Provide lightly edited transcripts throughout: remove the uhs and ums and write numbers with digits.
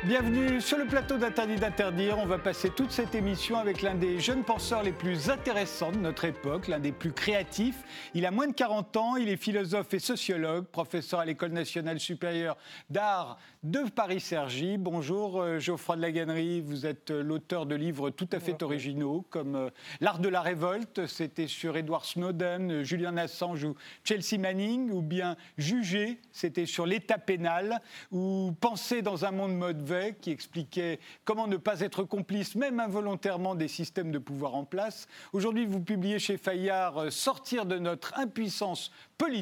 Bienvenue sur le plateau d'Interdit d'interdire. On va passer toute cette émission avec l'un des jeunes penseurs les plus intéressants de notre époque, l'un des plus créatifs. Il a moins de 40 ans, il est philosophe et sociologue, professeur à l'École nationale supérieure d'art de Paris-Cergy. Bonjour Geoffroy de la Gannerie, vous êtes l'auteur de livres tout à fait originaux comme L'art de la révolte, c'était sur Edward Snowden, Julian Assange ou Chelsea Manning, ou bien Jugé, c'était sur l'état pénal, ou Penser dans un monde mauvais, qui expliquait comment ne pas être complice, même involontairement, des systèmes de pouvoir en place. Aujourd'hui, vous publiez chez Fayard « Sortir de notre impuissance politique ».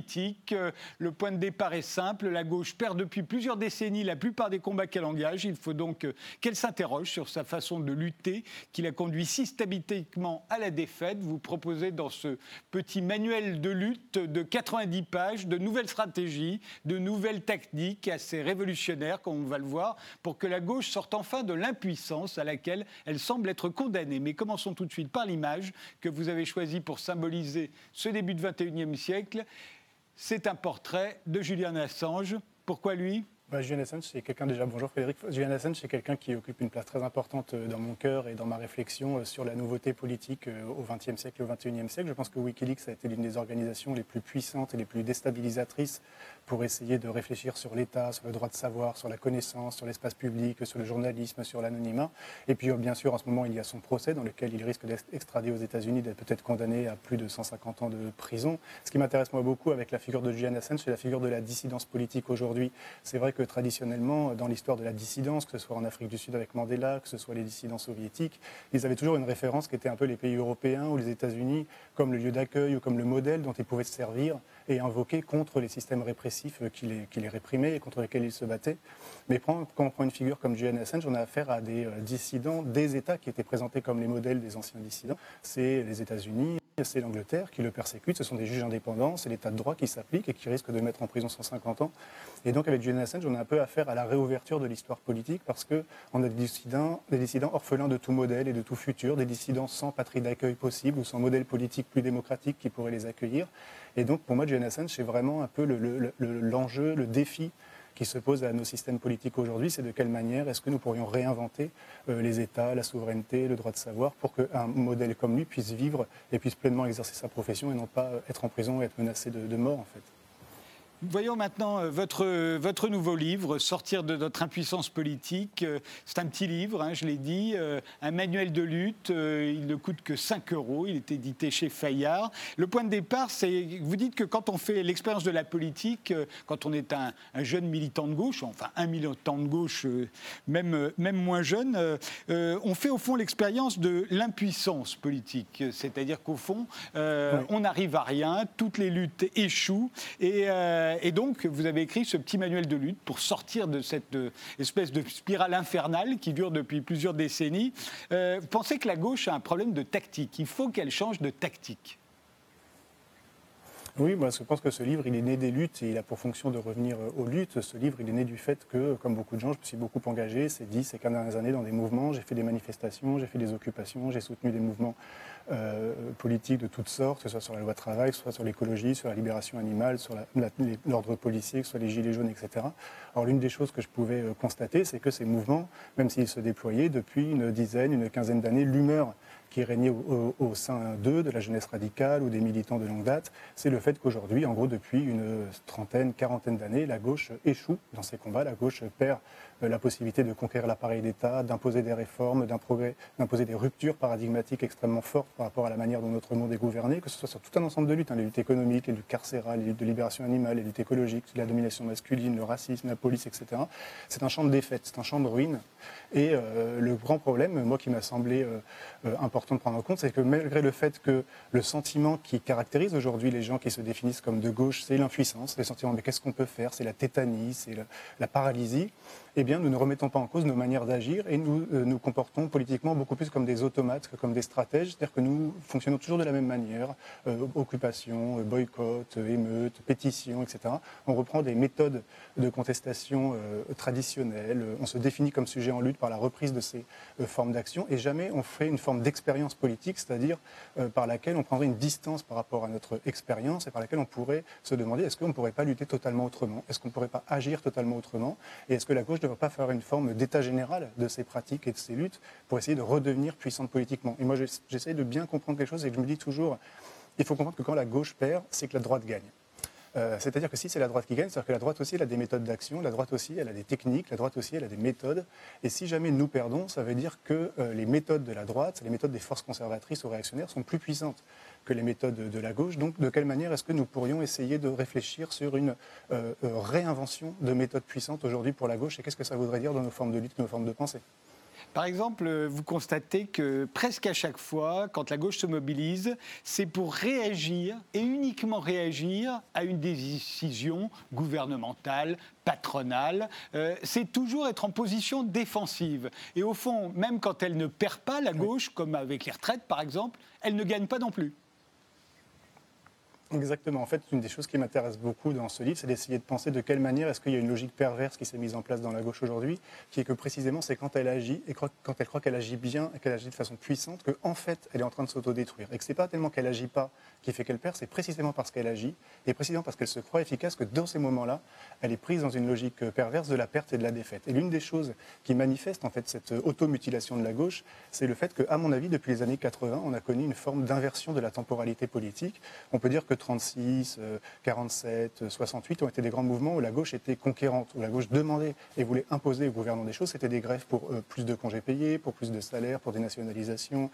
Le point de départ est simple. La gauche perd depuis plusieurs décennies la plupart des combats qu'elle engage. Il faut donc qu'elle s'interroge sur sa façon de lutter, qui la conduit systématiquement à la défaite. Vous proposez dans ce petit manuel de lutte de 90 pages de nouvelles stratégies, de nouvelles techniques assez révolutionnaires, comme on va le voir, pour que la gauche sorte enfin de l'impuissance à laquelle elle semble être condamnée. Mais commençons tout de suite par l'image que vous avez choisie pour symboliser ce début du XXIe siècle. C'est un portrait de Julian Assange. Pourquoi lui ? Julian Assange, c'est quelqu'un, déjà, bonjour Frédéric. Julian Assange, c'est quelqu'un qui occupe une place très importante dans mon cœur et dans ma réflexion sur la nouveauté politique au XXe siècle et au XXIe siècle. Je pense que Wikileaks a été l'une des organisations les plus puissantes et les plus déstabilisatrices pour essayer de réfléchir sur l'État, sur le droit de savoir, sur la connaissance, sur l'espace public, sur le journalisme, sur l'anonymat. Et puis, bien sûr, en ce moment, il y a son procès dans lequel il risque d'être extradé aux États-Unis, d'être peut-être condamné à plus de 150 ans de prison. Ce qui m'intéresse moi beaucoup avec la figure de Julian Assange, c'est la figure de la dissidence politique aujourd'hui. C'est vrai que traditionnellement, dans l'histoire de la dissidence, que ce soit en Afrique du Sud avec Mandela, que ce soit les dissidents soviétiques, ils avaient toujours une référence qui était un peu les pays européens ou les États-Unis comme le lieu d'accueil ou comme le modèle dont ils pouvaient se servir et invoquer contre les systèmes répressifs qui les réprimaient et contre lesquels ils se battaient. Mais quand on prend une figure comme Julian Assange, on a affaire à des dissidents des États qui étaient présentés comme les modèles des anciens dissidents. C'est les États-Unis, c'est l'Angleterre qui le persécute, ce sont des juges indépendants, c'est l'état de droit qui s'applique et qui risque de mettre en prison 150 ans. Et donc avec Julian Assange, on a un peu affaire à la réouverture de l'histoire politique parce qu'on a des dissidents orphelins de tout modèle et de tout futur, des dissidents sans patrie d'accueil possible ou sans modèle politique plus démocratique qui pourrait les accueillir. Et donc pour moi, Julian Assange, c'est vraiment un peu l'enjeu, le défi qui se pose à nos systèmes politiques aujourd'hui, c'est de quelle manière est-ce que nous pourrions réinventer les États, la souveraineté, le droit de savoir, pour qu'un modèle comme lui puisse vivre et puisse pleinement exercer sa profession et non pas être en prison et être menacé de mort en fait. Voyons maintenant votre nouveau livre, Sortir de notre impuissance politique. C'est un petit livre, je l'ai dit, un manuel de lutte. Il ne coûte que 5 €. Il est édité chez Fayard. Le point de départ, c'est vous dites que quand on fait l'expérience de la politique, quand on est un jeune militant de gauche, enfin un militant de gauche, même moins jeune, on fait au fond l'expérience de l'impuissance politique. C'est-à-dire qu'au fond, on n'arrive à rien, toutes les luttes échouent et donc, vous avez écrit ce petit manuel de lutte pour sortir de cette espèce de spirale infernale qui dure depuis plusieurs décennies. Vous pensez que la gauche a un problème de tactique. Il faut qu'elle change de tactique. Oui, moi je pense que ce livre, il est né des luttes et il a pour fonction de revenir aux luttes. Ce livre, il est né du fait que, comme beaucoup de gens, je me suis beaucoup engagé ces 10 et 15 dernières années dans des mouvements. J'ai fait des manifestations, j'ai fait des occupations, j'ai soutenu des mouvements politiques de toutes sortes, que ce soit sur la loi travail, que ce soit sur l'écologie, sur la libération animale, sur l'ordre policier, que ce soit les gilets jaunes, etc. Alors l'une des choses que je pouvais constater, c'est que ces mouvements, même s'ils se déployaient depuis une quinzaine d'années, l'humeur qui régnait au sein d'eux, de la jeunesse radicale ou des militants de longue date, c'est le fait qu'aujourd'hui, en gros depuis une trentaine, quarantaine d'années, la gauche échoue dans ses combats, la gauche perd la possibilité de conquérir l'appareil d'État, d'imposer des réformes, d'imposer des ruptures paradigmatiques extrêmement fortes par rapport à la manière dont notre monde est gouverné, que ce soit sur tout un ensemble de luttes, les luttes économiques, les luttes carcérales, les luttes de libération animale, les luttes écologiques, la domination masculine, le racisme, la police, etc. C'est un champ de défaite, c'est un champ de ruine. Et le grand problème, moi qui m'a semblé important de prendre en compte, c'est que malgré le fait que le sentiment qui caractérise aujourd'hui les gens qui se définissent comme de gauche, c'est l'impuissance, le sentiment mais qu'est-ce qu'on peut faire, c'est la tétanie, c'est la paralysie, eh bien nous ne remettons pas en cause nos manières d'agir et nous nous comportons politiquement beaucoup plus comme des automates que comme des stratèges, c'est-à-dire que nous fonctionnons toujours de la même manière, occupation, boycott, émeute, pétition, etc. On reprend des méthodes de contestation traditionnelles, on se définit comme sujet en lutte par la reprise de ces formes d'action et jamais on fait une forme d'expérience politique, c'est-à-dire par laquelle on prendrait une distance par rapport à notre expérience et par laquelle on pourrait se demander est-ce qu'on ne pourrait pas lutter totalement autrement, est-ce qu'on ne pourrait pas agir totalement autrement et est-ce que la gauche ne devrait pas faire une forme d'état général de ces pratiques et de ces luttes pour essayer de redevenir puissante politiquement. Et moi j'essaie de bien comprendre quelque chose et que je me dis toujours il faut comprendre que quand la gauche perd, c'est que la droite gagne. C'est-à-dire que si c'est la droite qui gagne, c'est-à-dire que la droite aussi elle a des méthodes d'action, la droite aussi elle a des techniques, la droite aussi elle a des méthodes. Et si jamais nous perdons, ça veut dire que les méthodes de la droite, les méthodes des forces conservatrices ou réactionnaires sont plus puissantes que les méthodes de la gauche. Donc de quelle manière est-ce que nous pourrions essayer de réfléchir sur une réinvention de méthodes puissantes aujourd'hui pour la gauche et qu'est-ce que ça voudrait dire dans nos formes de lutte, nos formes de pensée ? Par exemple, vous constatez que presque à chaque fois, quand la gauche se mobilise, c'est pour réagir et uniquement réagir à une décision gouvernementale, patronale. C'est toujours être en position défensive. Et au fond, même quand elle ne perd pas, la gauche, comme avec les retraites par exemple, elle ne gagne pas non plus. Exactement. En fait, une des choses qui m'intéresse beaucoup dans ce livre, c'est d'essayer de penser de quelle manière est-ce qu'il y a une logique perverse qui s'est mise en place dans la gauche aujourd'hui, qui est que précisément c'est quand elle agit et quand elle croit qu'elle agit bien et qu'elle agit de façon puissante, qu'en fait elle est en train de s'autodétruire. Et que c'est pas tellement qu'elle agit pas qui fait qu'elle perd, c'est précisément parce qu'elle agit et précisément parce qu'elle se croit efficace que dans ces moments-là, elle est prise dans une logique perverse de la perte et de la défaite. Et l'une des choses qui manifeste en fait cette automutilation de la gauche, c'est le fait qu'à mon avis, depuis les années 80, on a connu une forme d'inversion de la temporalité politique. On peut dire que 36, 47, 68 ont été des grands mouvements où la gauche était conquérante, où la gauche demandait et voulait imposer au gouvernement des choses. C'était des grèves pour plus de congés payés, pour plus de salaires, pour des nationalisations,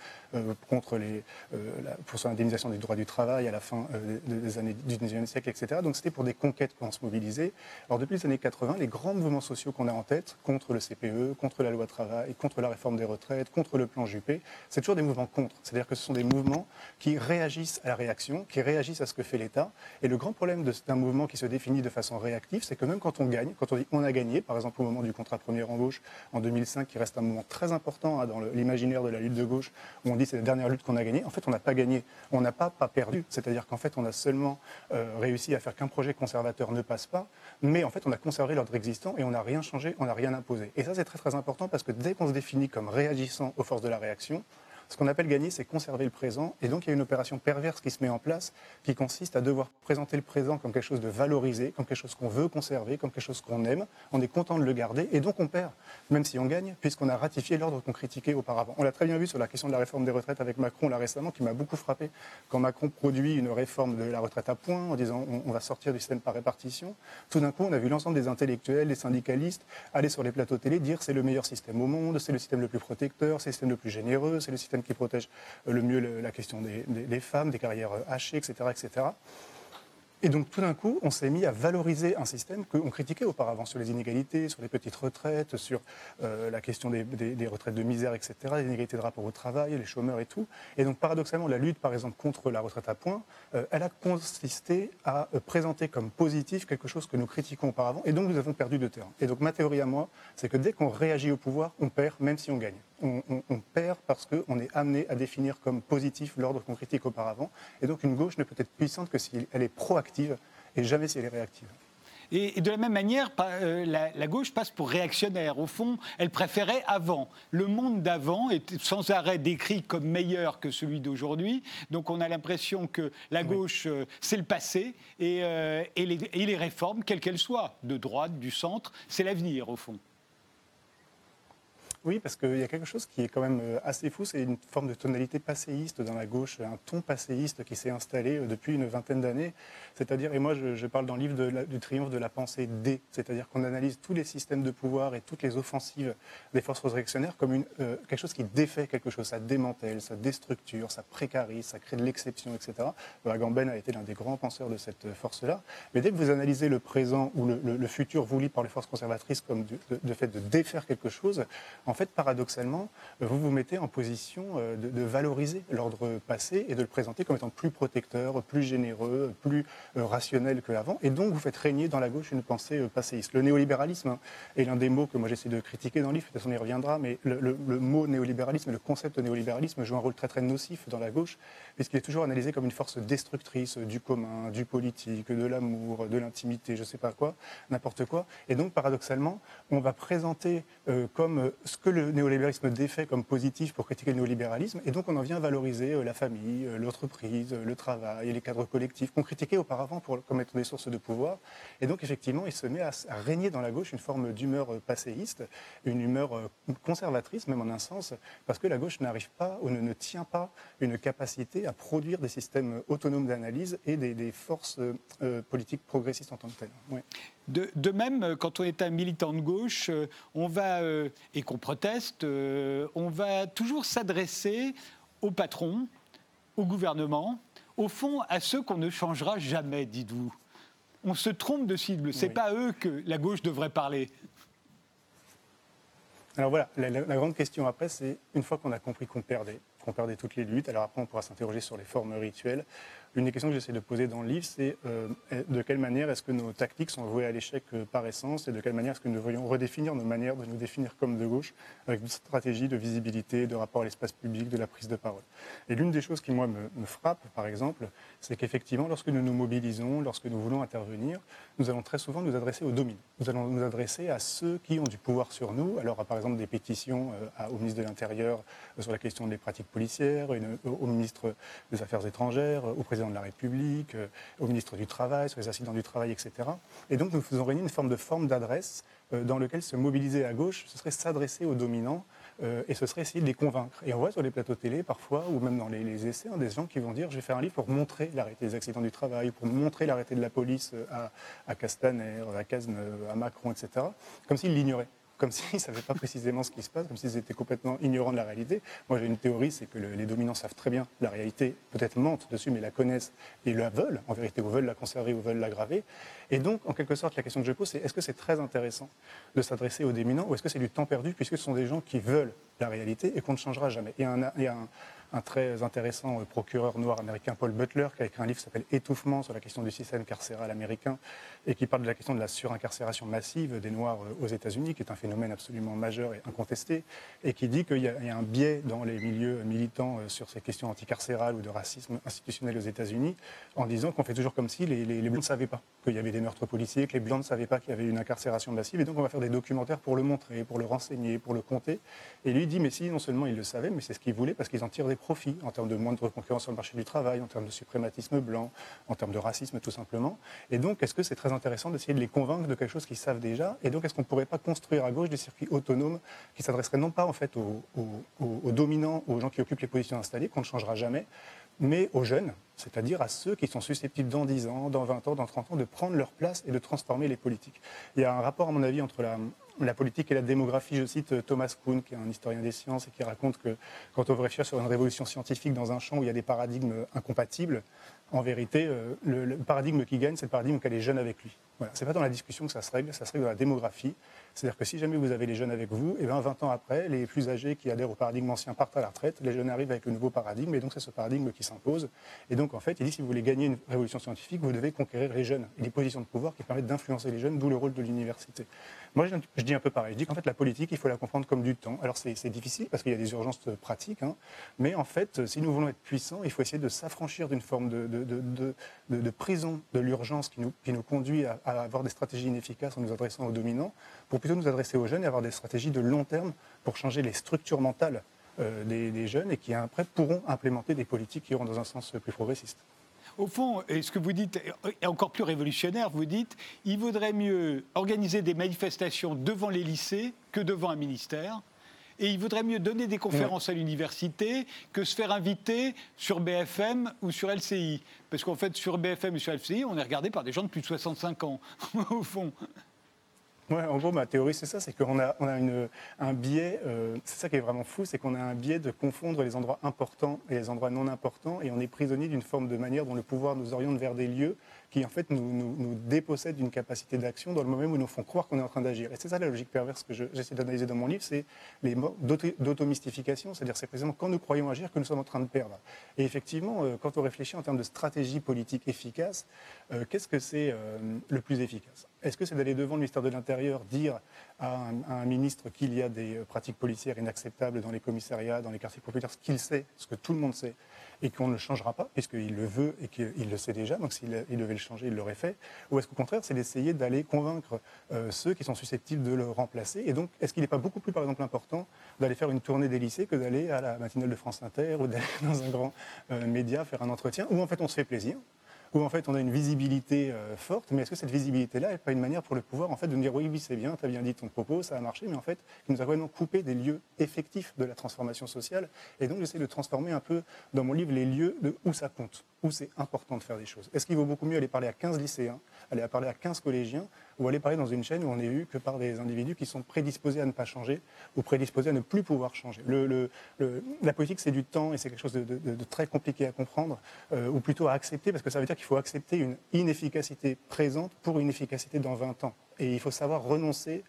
pour son indemnisation des droits du travail à la fin des années du 19e siècle, etc. Donc c'était pour des conquêtes qu'on se mobilisait. Alors depuis les années 80, les grands mouvements sociaux qu'on a en tête, contre le CPE, contre la loi travail, contre la réforme des retraites, contre le plan Juppé, c'est toujours des mouvements contre. C'est-à-dire que ce sont des mouvements qui réagissent à la réaction, qui réagissent à ce que fait l'État. Et le grand problème d'un mouvement qui se définit de façon réactive, c'est que même quand on gagne, quand on dit on a gagné, par exemple au moment du contrat première embauche en 2005, qui reste un moment très important dans l'imaginaire de la lutte de gauche, où on dit c'est la dernière lutte qu'on a gagnée, en fait on n'a pas gagné, on n'a pas perdu. C'est-à-dire qu'en fait on a seulement réussi à faire qu'un projet conservateur ne passe pas, mais en fait on a conservé l'ordre existant et on n'a rien changé, on n'a rien imposé. Et ça c'est très très important parce que dès qu'on se définit comme réagissant aux forces de la réaction, ce qu'on appelle gagner, c'est conserver le présent. Et donc, il y a une opération perverse qui se met en place qui consiste à devoir présenter le présent comme quelque chose de valorisé, comme quelque chose qu'on veut conserver, comme quelque chose qu'on aime. On est content de le garder et donc on perd, même si on gagne, puisqu'on a ratifié l'ordre qu'on critiquait auparavant. On l'a très bien vu sur la question de la réforme des retraites avec Macron, là récemment, qui m'a beaucoup frappé. Quand Macron produit une réforme de la retraite à points en disant on va sortir du système par répartition, tout d'un coup, on a vu l'ensemble des intellectuels, des syndicalistes aller sur les plateaux télé dire c'est le meilleur système au monde, c'est le système le plus protecteur, c'est le système le plus généreux, c'est le système qui protège le mieux la question des femmes, des carrières hachées, etc., etc. Et donc tout d'un coup, on s'est mis à valoriser un système qu'on critiquait auparavant sur les inégalités, sur les petites retraites, sur la question des retraites de misère, etc., les inégalités de rapport au travail, les chômeurs et tout. Et donc paradoxalement, la lutte, par exemple, contre la retraite à points, elle a consisté à présenter comme positif quelque chose que nous critiquons auparavant, et donc nous avons perdu de terrain. Et donc ma théorie à moi, c'est que dès qu'on réagit au pouvoir, on perd, même si on gagne. On perd parce qu'on est amené à définir comme positif l'ordre qu'on critique auparavant. Et donc une gauche ne peut être puissante que si elle est proactive et jamais si elle est réactive. Et de la même manière, la gauche passe pour réactionnaire. Au fond, elle préférait avant. Le monde d'avant est sans arrêt décrit comme meilleur que celui d'aujourd'hui. Donc on a l'impression que la gauche, c'est le passé et les réformes, quelles qu'elles soient, de droite, du centre, c'est l'avenir au fond. Oui, parce qu'il y a quelque chose qui est quand même assez fou, c'est une forme de tonalité passéiste dans la gauche, un ton passéiste qui s'est installé depuis une vingtaine d'années. C'est-à-dire, et moi je parle dans le livre du triomphe de la pensée D, c'est-à-dire qu'on analyse tous les systèmes de pouvoir et toutes les offensives des forces réactionnaires comme quelque chose qui défait quelque chose, ça démantèle, ça déstructure, ça précarise, ça crée de l'exception, etc. Agamben a été l'un des grands penseurs de cette force-là. Mais dès que vous analysez le présent ou le futur voulu par les forces conservatrices comme le fait de défaire quelque chose, en fait, paradoxalement, vous vous mettez en position de valoriser l'ordre passé et de le présenter comme étant plus protecteur, plus généreux, plus rationnel qu'avant. Et donc, vous faites régner dans la gauche une pensée passéiste. Le néolibéralisme est l'un des mots que moi j'essaie de critiquer dans le livre, peut-être on y reviendra, mais le mot néolibéralisme, le concept néolibéralisme joue un rôle très très nocif dans la gauche, puisqu'il est toujours analysé comme une force destructrice du commun, du politique, de l'amour, de l'intimité, je ne sais pas quoi, n'importe quoi. Et donc, paradoxalement, on va présenter comme ce que le néolibéralisme défait comme positif pour critiquer le néolibéralisme, et donc on en vient valoriser la famille, l'entreprise, le travail, les cadres collectifs, qu'on critiquait auparavant comme étant des sources de pouvoir. Et donc, effectivement, il se met à régner dans la gauche une forme d'humeur passéiste, une humeur conservatrice, même en un sens, parce que la gauche n'arrive pas ou ne tient pas une capacité à produire des systèmes autonomes d'analyse et des forces politiques progressistes en tant que telles. Ouais. De même, quand on est un militant de gauche, on va, et qu'on proteste, on va toujours s'adresser au patron, au gouvernement, au fond, à ceux qu'on ne changera jamais, dites-vous. On se trompe de cible. Ce n'est pas à eux que la gauche devrait parler. Alors voilà, la grande question après, c'est une fois qu'on a compris qu'on perdait toutes les luttes, alors après on pourra s'interroger sur les formes rituelles. L'une des questions que j'essaie de poser dans le livre, c'est de quelle manière est-ce que nos tactiques sont vouées à l'échec par essence et de quelle manière est-ce que nous devrions redéfinir nos manières de nous définir comme de gauche avec une stratégie de visibilité, de rapport à l'espace public, de la prise de parole. Et l'une des choses qui, moi, me frappe, par exemple, c'est qu'effectivement, lorsque nous nous mobilisons, lorsque nous voulons intervenir, nous allons très souvent nous adresser aux dominants. Nous allons nous adresser à ceux qui ont du pouvoir sur nous. Alors, par exemple, des pétitions au ministre de l'Intérieur sur la question des pratiques policières, au ministre des Affaires étrangères, au président de la République, au ministre du Travail, sur les accidents du travail, etc. Et donc, nous faisons régner une forme d'adresse dans laquelle se mobiliser à gauche, ce serait s'adresser aux dominants et ce serait essayer de les convaincre. Et on voit sur les plateaux télé, parfois, ou même dans les essais, des gens qui vont dire « je vais faire un livre pour montrer l'arrêté des accidents du travail, pour montrer l'arrêté de la police à Castaner, à Cazeneuve, à Macron, etc. » Comme s'ils l'ignoraient. Comme s'ils ne savaient pas précisément ce qui se passe, comme s'ils étaient complètement ignorants de la réalité. Moi, j'ai une théorie, c'est que les dominants savent très bien la réalité, peut-être mentent dessus, mais la connaissent et la veulent, en vérité, ou veulent la conserver ou veulent l'aggraver. Et donc, en quelque sorte, la question que je pose, c'est est-ce que c'est très intéressant de s'adresser aux dominants ou est-ce que c'est du temps perdu, puisque ce sont des gens qui veulent la réalité et qu'on ne changera jamais. Il y a un très intéressant procureur noir américain, Paul Butler, qui a écrit un livre qui s'appelle « Étouffement » sur la question du système carcéral américain et qui parle de la question de la surincarcération massive des Noirs aux États-Unis, qui est un phénomène absolument majeur et incontesté, et qui dit qu'il y a un biais dans les milieux militants sur ces questions anticarcérales ou de racisme institutionnel aux États-Unis, en disant qu'on fait toujours comme si les Blancs ne savaient pas qu'il y avait des meurtres policiers, que les Blancs ne savaient pas qu'il y avait une incarcération massive, et donc on va faire des documentaires pour le montrer, pour le renseigner, pour le compter. Et lui dit, mais si, non seulement ils le savaient, mais c'est ce qu'ils voulaient parce qu'ils en tirent des profits en termes de moindre concurrence sur le marché du travail, en termes de suprématisme blanc, en termes de racisme tout simplement. Et donc, est-ce que c'est très intéressant d'essayer de les convaincre de quelque chose qu'ils savent déjà? Et donc, est-ce qu'on ne pourrait pas construire à gauche des circuits autonomes qui s'adresseraient non pas en fait aux dominants, aux gens qui occupent les positions installées, qu'on ne changera jamais, mais aux jeunes, c'est-à-dire à ceux qui sont susceptibles dans 10 ans, dans 20 ans, dans 30 ans, de prendre leur place et de transformer les politiques. Il y a un rapport, à mon avis, entre la politique et la démographie. Je cite Thomas Kuhn, qui est un historien des sciences et qui raconte que quand on réfléchit sur une révolution scientifique dans un champ où il y a des paradigmes incompatibles, en vérité, le paradigme qui gagne, c'est le paradigme qu'a les jeunes avec lui. Voilà. Ce n'est pas dans la discussion que ça se règle dans la démographie. C'est-à-dire que si jamais vous avez les jeunes avec vous, et 20 ans après, les plus âgés qui adhèrent au paradigme ancien partent à la retraite, les jeunes arrivent avec le nouveau paradigme, et donc c'est ce paradigme qui s'impose. Et donc en fait, il dit si vous voulez gagner une révolution scientifique, vous devez conquérir les jeunes et les positions de pouvoir qui permettent d'influencer les jeunes, d'où le rôle de l'université. Moi, je dis un peu pareil. Je dis qu'en fait, la politique, il faut la comprendre comme du temps. Alors c'est difficile parce qu'il y a des urgences pratiques, hein, mais en fait, si nous voulons être puissants, il faut essayer de s'affranchir d'une forme de prison de l'urgence qui nous conduit à avoir des stratégies inefficaces en nous adressant aux dominants, pour plutôt nous adresser aux jeunes et avoir des stratégies de long terme pour changer les structures mentales des jeunes et qui après pourront implémenter des politiques qui iront dans un sens plus progressiste. Au fond, et ce que vous dites est encore plus révolutionnaire, vous dites il vaudrait mieux organiser des manifestations devant les lycées que devant un ministère. Et il vaudrait mieux donner des conférences à l'université que se faire inviter sur BFM ou sur LCI. Parce qu'en fait, sur BFM et sur LCI, on est regardé par des gens de plus de 65 ans, au fond. Ouais, en gros, ma théorie, c'est ça, c'est qu'on a, un biais, c'est ça qui est vraiment fou, c'est qu'on a un biais de confondre les endroits importants et les endroits non importants, et on est prisonnier d'une forme de manière dont le pouvoir nous oriente vers des lieux qui, en fait, nous dépossèdent d'une capacité d'action dans le moment où nous font croire qu'on est en train d'agir. Et c'est ça la logique perverse que j'essaie d'analyser dans mon livre, c'est les modes d'automystification, c'est-à-dire c'est précisément quand nous croyons agir que nous sommes en train de perdre. Et effectivement, quand on réfléchit en termes de stratégie politique efficace, qu'est-ce que c'est le plus efficace ? Est-ce que c'est d'aller devant le ministère de l'Intérieur, dire à un ministre qu'il y a des pratiques policières inacceptables dans les commissariats, dans les quartiers populaires, ce qu'il sait, ce que tout le monde sait, et qu'on ne le changera pas, puisqu'il le veut et qu'il le sait déjà, donc s'il devait le changer, il l'aurait fait. Ou est-ce qu'au contraire, c'est d'essayer d'aller convaincre ceux qui sont susceptibles de le remplacer? Et donc, est-ce qu'il n'est pas beaucoup plus, par exemple, important d'aller faire une tournée des lycées que d'aller à la matinale de France Inter ou d'aller dans un grand média faire un entretien, où en fait on se fait plaisir, où en fait on a une visibilité forte, mais est-ce que cette visibilité-là n'est pas une manière pour le pouvoir en fait de nous dire oui, c'est bien, tu as bien dit ton propos, ça a marché, mais en fait il nous a vraiment coupé des lieux effectifs de la transformation sociale, et donc j'essaie de transformer un peu dans mon livre les lieux où ça compte, où c'est important de faire des choses. Est-ce qu'il vaut beaucoup mieux aller parler à 15 lycéens, aller parler à 15 collégiens, ou aller parler dans une chaîne où on n'est vu que par des individus qui sont prédisposés à ne pas changer, ou prédisposés à ne plus pouvoir changer. La politique, c'est du temps, et c'est quelque chose de très compliqué à comprendre, ou plutôt à accepter, parce que ça veut dire qu'il faut accepter une inefficacité présente pour une efficacité dans 20 ans. Et il faut savoir renoncer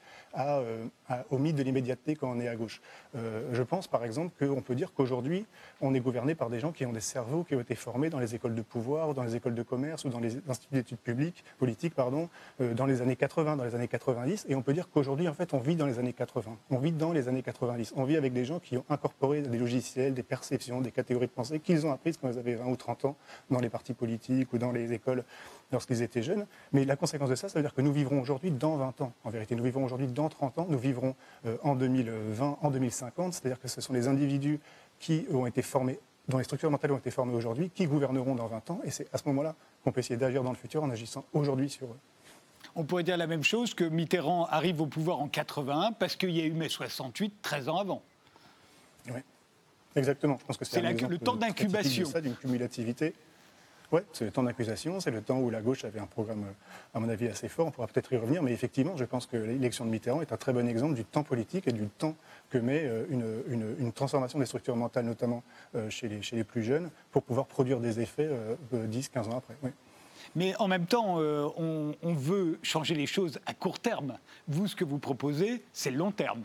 au mythe de l'immédiateté quand on est à gauche. Je pense par exemple qu'on peut dire qu'aujourd'hui, on est gouverné par des gens qui ont des cerveaux qui ont été formés dans les écoles de pouvoir, ou dans les écoles de commerce, ou dans les instituts d'études politiques, dans les années 80, dans les années 90. Et on peut dire qu'aujourd'hui, en fait, on vit dans les années 80. On vit dans les années 90. On vit avec des gens qui ont incorporé des logiciels, des perceptions, des catégories de pensée qu'ils ont apprises quand ils avaient 20 ou 30 ans dans les partis politiques ou dans les écoles lorsqu'ils étaient jeunes. Mais la conséquence de ça, ça veut dire que nous vivrons aujourd'hui dans 20 ans. En vérité, nous vivrons aujourd'hui dans 30 ans, nous vivrons en 2020, en 2050. C'est-à-dire que ce sont les individus qui ont été formés, dont les structures mentales ont été formées aujourd'hui, qui gouverneront dans 20 ans. Et c'est à ce moment-là qu'on peut essayer d'agir dans le futur en agissant aujourd'hui sur eux. On pourrait dire la même chose que Mitterrand arrive au pouvoir en 81 parce qu'il y a eu mai 68 13 ans avant. Oui, exactement. Je pense que c'est le temps d'incubation. D'une cumulativité. Oui, c'est le temps d'accusation, c'est le temps où la gauche avait un programme, à mon avis, assez fort. On pourra peut-être y revenir, mais effectivement, je pense que l'élection de Mitterrand est un très bon exemple du temps politique et du temps que met une transformation des structures mentales, notamment chez les plus jeunes, pour pouvoir produire des effets 10-15 ans après. Oui. Mais en même temps, on veut changer les choses à court terme. Vous, ce que vous proposez, c'est le long terme.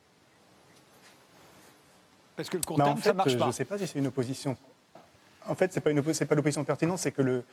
Parce que le court terme, ça ne marche pas. Je ne sais pas si c'est une opposition. En fait, ce n'est pas l'opposition pertinente, c'est que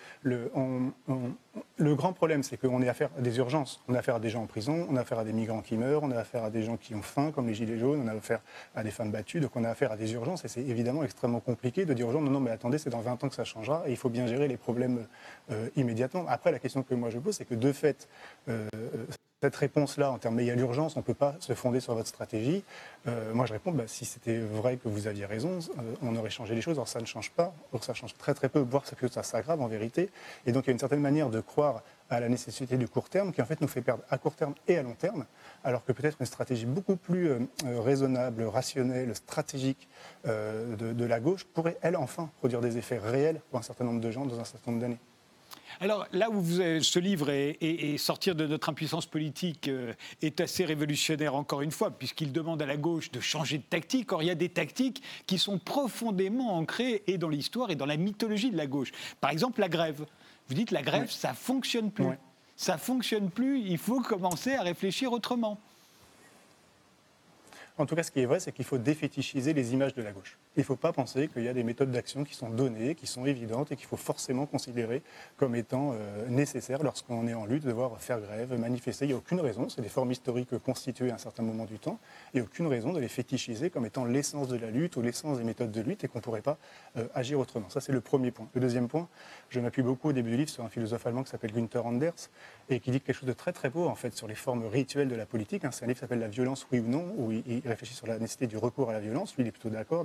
le grand problème, c'est qu'on est affaire à des urgences. On a affaire à des gens en prison, on a affaire à des migrants qui meurent, on a affaire à des gens qui ont faim, comme les Gilets jaunes, on a affaire à des femmes battues, donc on a affaire à des urgences. Et c'est évidemment extrêmement compliqué de dire aux gens, non, mais attendez, c'est dans 20 ans que ça changera, et il faut bien gérer les problèmes immédiatement. Après, la question que moi je pose, c'est que de fait, cette réponse-là, en termes mais il y a l'urgence, on ne peut pas se fonder sur votre stratégie. Moi, je réponds, si c'était vrai que vous aviez raison, on aurait changé les choses. Or, ça ne change pas. Or, ça change très très peu, voire que ça s'aggrave en vérité. Et donc, il y a une certaine manière de croire à la nécessité du court terme qui, en fait, nous fait perdre à court terme et à long terme, alors que peut-être une stratégie beaucoup plus raisonnable, rationnelle, stratégique de la gauche pourrait, elle, enfin, produire des effets réels pour un certain nombre de gens dans un certain nombre d'années. Alors là où ce livre est sortir de notre impuissance politique est assez révolutionnaire encore une fois, puisqu'il demande à la gauche de changer de tactique. Or, il y a des tactiques qui sont profondément ancrées et dans l'histoire et dans la mythologie de la gauche. Par exemple, la grève. Vous dites la grève, ça ne fonctionne plus. Ça ne fonctionne plus, il faut commencer à réfléchir autrement. En tout cas, ce qui est vrai, c'est qu'il faut défétichiser les images de la gauche. Il ne faut pas penser qu'il y a des méthodes d'action qui sont données, qui sont évidentes et qu'il faut forcément considérer comme étant nécessaires lorsqu'on est en lutte, devoir faire grève, manifester. Il n'y a aucune raison, c'est des formes historiques constituées à un certain moment du temps, il n'y a aucune raison de les fétichiser comme étant l'essence de la lutte ou l'essence des méthodes de lutte et qu'on ne pourrait pas agir autrement. Ça, c'est le premier point. Le deuxième point, je m'appuie beaucoup au début du livre sur un philosophe allemand qui s'appelle Günther Anders et qui dit quelque chose de très très beau en fait sur les formes rituelles de la politique. C'est un livre qui s'appelle La violence, oui ou non, où il réfléchit sur la nécessité du recours à la violence. Lui, il est plutôt d'accord.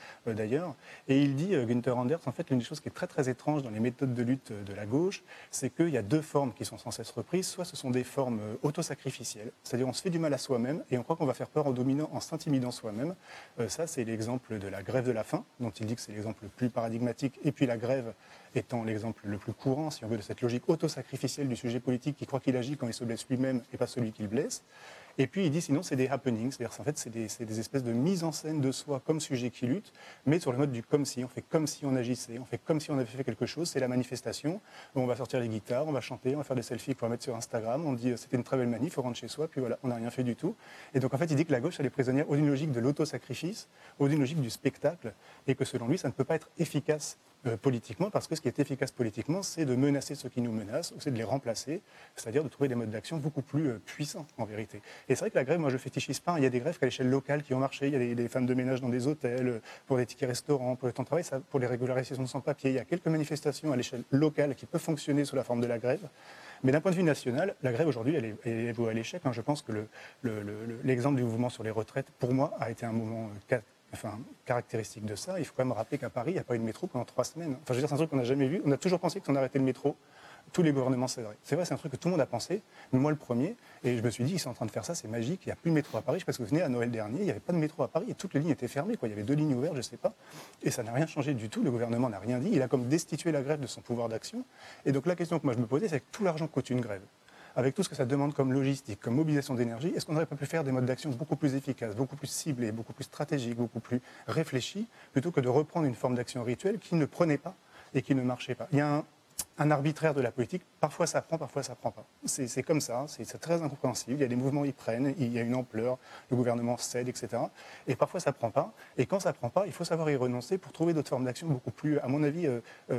d'ailleurs. Et il dit, Günther Anders, en fait, l'une des choses qui est très très étrange dans les méthodes de lutte de la gauche, c'est qu'il y a deux formes qui sont sans cesse reprises. Soit ce sont des formes autosacrificielles, c'est-à-dire on se fait du mal à soi-même et on croit qu'on va faire peur en dominant, en s'intimidant soi-même. Ça, c'est l'exemple de la grève de la faim, dont il dit que c'est l'exemple le plus paradigmatique. Et puis la grève étant l'exemple le plus courant, si on veut, de cette logique autosacrificielle du sujet politique qui croit qu'il agit quand il se blesse lui-même et pas celui qu'il blesse. Et puis il dit sinon c'est des happenings, c'est-à-dire en fait c'est des espèces de mise en scène de soi comme sujet qui lutte, mais sur le mode du comme si, on fait comme si on agissait, on fait comme si on avait fait quelque chose, c'est la manifestation, on va sortir les guitares, on va chanter, on va faire des selfies qu'on va mettre sur Instagram, on dit c'était une très belle manif, on rentre chez soi, puis voilà, on n'a rien fait du tout. Et donc en fait il dit que la gauche elle est prisonnière ou d'une logique de l'autosacrifice, ou d'une logique du spectacle, et que selon lui ça ne peut pas être efficace politiquement, parce que ce qui est efficace politiquement, c'est de menacer ceux qui nous menacent, ou c'est de les remplacer, c'est-à-dire de trouver des modes d'action beaucoup plus puissants, en vérité. Et c'est vrai que la grève, moi je fétichise pas, il y a des grèves qu'à l'échelle locale qui ont marché, il y a des femmes de ménage dans des hôtels, pour des tickets restaurants, pour le temps de travail, pour les régularisations de sans-papiers, il y a quelques manifestations à l'échelle locale qui peuvent fonctionner sous la forme de la grève. Mais d'un point de vue national, la grève aujourd'hui, elle est vouée à l'échec. Je pense que l'exemple du mouvement sur les retraites, pour moi, a été un moment caractéristique de ça. Il faut quand même rappeler qu'à Paris, il n'y a pas eu de métro pendant 3 semaines. Enfin, je veux dire, c'est un truc qu'on n'a jamais vu. On a toujours pensé que si on arrêtait le métro, tous les gouvernements céderaient. C'est vrai, c'est un truc que tout le monde a pensé, mais moi le premier. Et je me suis dit, ils sont en train de faire ça, c'est magique, il n'y a plus de métro à Paris. Je sais pas si vous vous souvenez, à Noël dernier, il n'y avait pas de métro à Paris et toutes les lignes étaient fermées. Il y avait 2 lignes ouvertes, je ne sais pas. Et ça n'a rien changé du tout. Le gouvernement n'a rien dit. Il a comme destitué la grève de son pouvoir d'action. Et donc la question que moi je me posais, c'est que tout l'argent coûte une grève, avec tout ce que ça demande comme logistique, comme mobilisation d'énergie, est-ce qu'on n'aurait pas pu faire des modes d'action beaucoup plus efficaces, beaucoup plus ciblés, beaucoup plus stratégiques, beaucoup plus réfléchis, plutôt que de reprendre une forme d'action rituelle qui ne prenait pas et qui ne marchait pas. Il y a un arbitraire de la politique, parfois ça prend, parfois ça prend pas. C'est comme ça, c'est très incompréhensible, il y a des mouvements, ils prennent, il y a une ampleur, le gouvernement cède, etc. Et parfois ça prend pas, et quand ça prend pas, il faut savoir y renoncer pour trouver d'autres formes d'action beaucoup plus, à mon avis,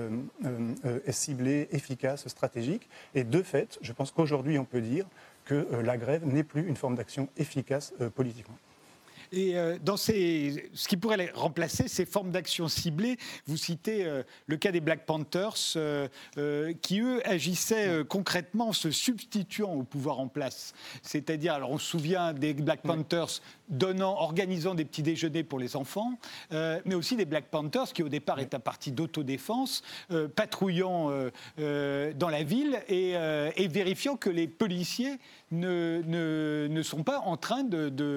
ciblées, efficaces, stratégiques. Et de fait, je pense qu'aujourd'hui on peut dire que la grève n'est plus une forme d'action efficace politiquement. Et dans ce qui pourrait remplacer ces formes d'action ciblées, vous citez le cas des Black Panthers, qui eux agissaient concrètement en se substituant au pouvoir en place. C'est-à-dire, alors on se souvient des Black Panthers organisant des petits déjeuners pour les enfants, mais aussi des Black Panthers qui au départ est un parti d'autodéfense, patrouillant dans la ville et vérifiant que les policiers ne sont pas en train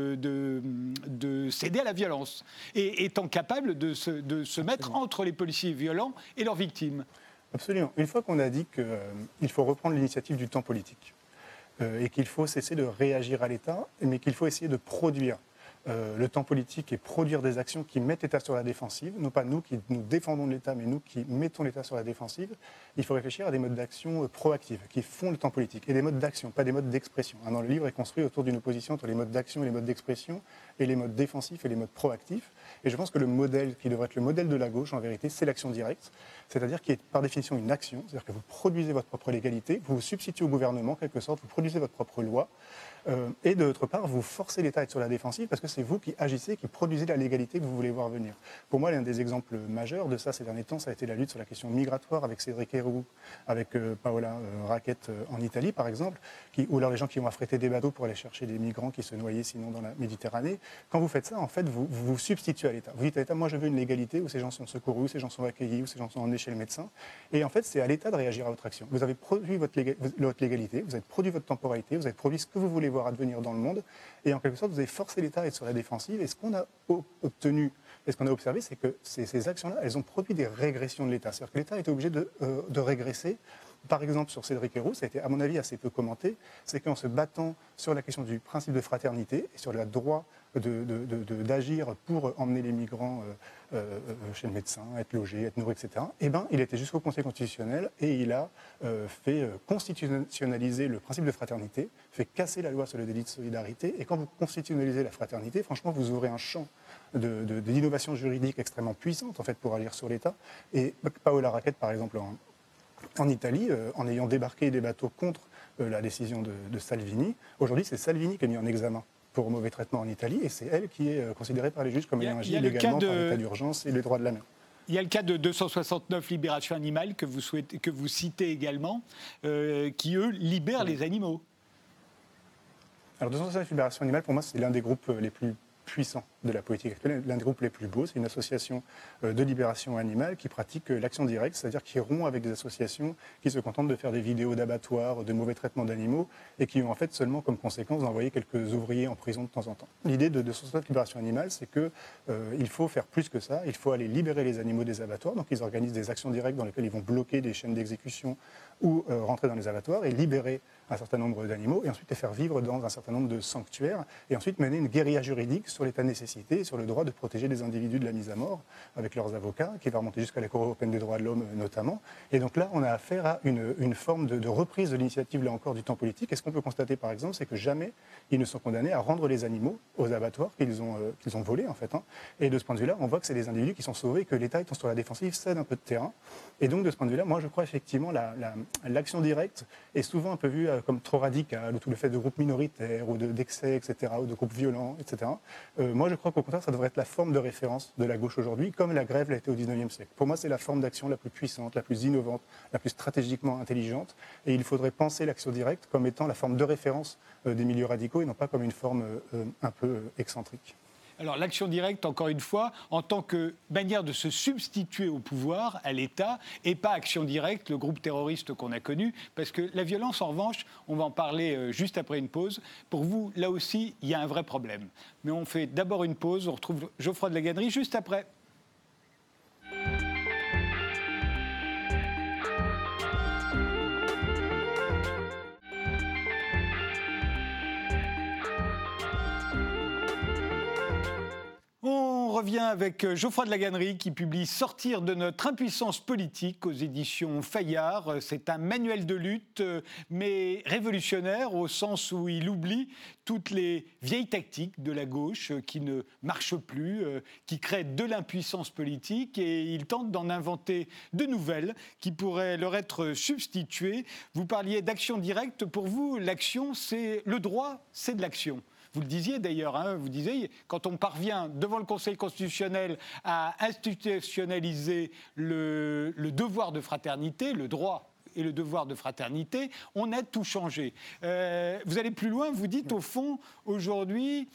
de céder à la violence et étant capable de se mettre entre les policiers violents et leurs victimes. Absolument. Une fois qu'on a dit qu'il faut reprendre l'initiative du temps politique et qu'il faut cesser de réagir à l'État, mais qu'il faut essayer de produire le temps politique et produire des actions qui mettent l'État sur la défensive, non pas nous qui nous défendons de l'État, mais nous qui mettons l'État sur la défensive, il faut réfléchir à des modes d'action proactifs qui font le temps politique. Et des modes d'action, pas des modes d'expression. Dans le livre est construit autour d'une opposition entre les modes d'action et les modes d'expression, et les modes défensifs et les modes proactifs. Et je pense que le modèle qui devrait être le modèle de la gauche, en vérité, c'est l'action directe, c'est-à-dire qui est par définition une action, c'est-à-dire que vous produisez votre propre légalité, vous vous substituez au gouvernement, en quelque sorte, vous produisez votre propre loi, et d'autre part, vous forcez l'État à être sur la défensive parce que c'est vous qui agissez, qui produisez la légalité que vous voulez voir venir. Pour moi, l'un des exemples majeurs de ça ces derniers temps, ça a été la lutte sur la question migratoire avec Cédric Herrou, avec Paola Rackete en Italie, par exemple, ou alors les gens qui ont affrété des bateaux pour aller chercher des migrants qui se noyaient sinon dans la Méditerranée. Quand vous faites ça, en fait, vous vous substituez à l'État. Vous dites à l'État, moi je veux une légalité où ces gens sont secourus, où ces gens sont accueillis, où ces gens sont emmenés chez le médecin. Et en fait, c'est à l'État de réagir à votre action. Vous avez produit votre légalité, vous avez produit votre temporalité, vous avez produit ce que vous voulez voir advenir dans le monde, et en quelque sorte, vous avez forcé l'État à être sur la défensive. Et ce qu'on a obtenu, et ce qu'on a observé, c'est que ces actions-là, elles ont produit des régressions de l'État. C'est-à-dire que l'État était obligé de régresser. Par exemple, sur Cédric Herrou, ça a été, à mon avis, assez peu commenté, c'est qu'en se battant sur la question du principe de fraternité et sur le droit d'agir pour emmener les migrants chez le médecin, être logés, être nourris, etc., il était jusqu'au Conseil constitutionnel et il a fait constitutionnaliser le principe de fraternité, fait casser la loi sur le délit de solidarité. Et quand vous constitutionnalisez la fraternité, franchement, vous ouvrez un champ d'innovation juridique extrêmement puissante en fait, pour agir sur l'État. Et Paola Rackete, par exemple, en Italie, en ayant débarqué des bateaux contre la décision de Salvini, aujourd'hui c'est Salvini qui est mis en examen pour mauvais traitement en Italie, et c'est elle qui est considérée par les juges comme ayant agi illégalement par l'état d'urgence et les droits de la mer. Il y a le cas de 269 Libération Animale que vous citez également, qui eux libèrent les animaux. Alors 269 Libération Animale, pour moi, c'est l'un des groupes les plus puissants de la politique actuelle, l'un des groupes les plus beaux. C'est une association de libération animale qui pratique l'action directe, c'est-à-dire qui rompt avec des associations qui se contentent de faire des vidéos d'abattoirs, de mauvais traitements d'animaux et qui ont en fait seulement comme conséquence d'envoyer quelques ouvriers en prison de temps en temps. L'idée de Société de libération animale, c'est qu'il faut faire plus que ça. Il faut aller libérer les animaux des abattoirs. Donc ils organisent des actions directes dans lesquelles ils vont bloquer des chaînes d'exécution ou rentrer dans les abattoirs et libérer un certain nombre d'animaux et ensuite les faire vivre dans un certain nombre de sanctuaires et ensuite mener une guérilla juridique sur l'état de nécessité et sur le droit de protéger les individus de la mise à mort avec leurs avocats qui va remonter jusqu'à la Cour européenne des droits de l'homme notamment. Et donc là, on a affaire à une forme de reprise de l'initiative, là encore, du temps politique. Et ce qu'on peut constater, par exemple, c'est que jamais ils ne sont condamnés à rendre les animaux aux abattoirs qu'ils ont volés, en fait. Et de ce point de vue-là, on voit que c'est des individus qui sont sauvés, que l'État étant sur la défensive cède un peu de terrain. Et donc, de ce point de vue-là, moi, je crois effectivement l'action directe est souvent un peu vue comme trop radicale, ou tout le fait de groupes minoritaires, ou d'excès, etc., ou de groupes violents, etc. Moi, je crois qu'au contraire, ça devrait être la forme de référence de la gauche aujourd'hui, comme la grève l'a été au XIXe siècle. Pour moi, c'est la forme d'action la plus puissante, la plus innovante, la plus stratégiquement intelligente. Et il faudrait penser l'action directe comme étant la forme de référence des milieux radicaux et non pas comme une forme un peu excentrique. Alors l'action directe, encore une fois, en tant que manière de se substituer au pouvoir, à l'État, et pas action directe, le groupe terroriste qu'on a connu, parce que la violence, en revanche, on va en parler juste après une pause. Pour vous, là aussi, il y a un vrai problème. Mais on fait d'abord une pause, on retrouve Geoffroy de la Gannerie juste après. On revient avec Geoffroy de la Gannerie qui publie « Sortir de notre impuissance politique » aux éditions Fayard. C'est un manuel de lutte, mais révolutionnaire au sens où il oublie toutes les vieilles tactiques de la gauche qui ne marchent plus, qui créent de l'impuissance politique, et il tente d'en inventer de nouvelles qui pourraient leur être substituées. Vous parliez d'action directe. Pour vous, l'action, c'est le droit, c'est de l'action. Vous le disiez d'ailleurs, vous disiez, quand on parvient devant le Conseil constitutionnel à institutionnaliser le devoir de fraternité, le droit et le devoir de fraternité, on a tout changé. Vous allez plus loin, vous dites au fond, aujourd'hui,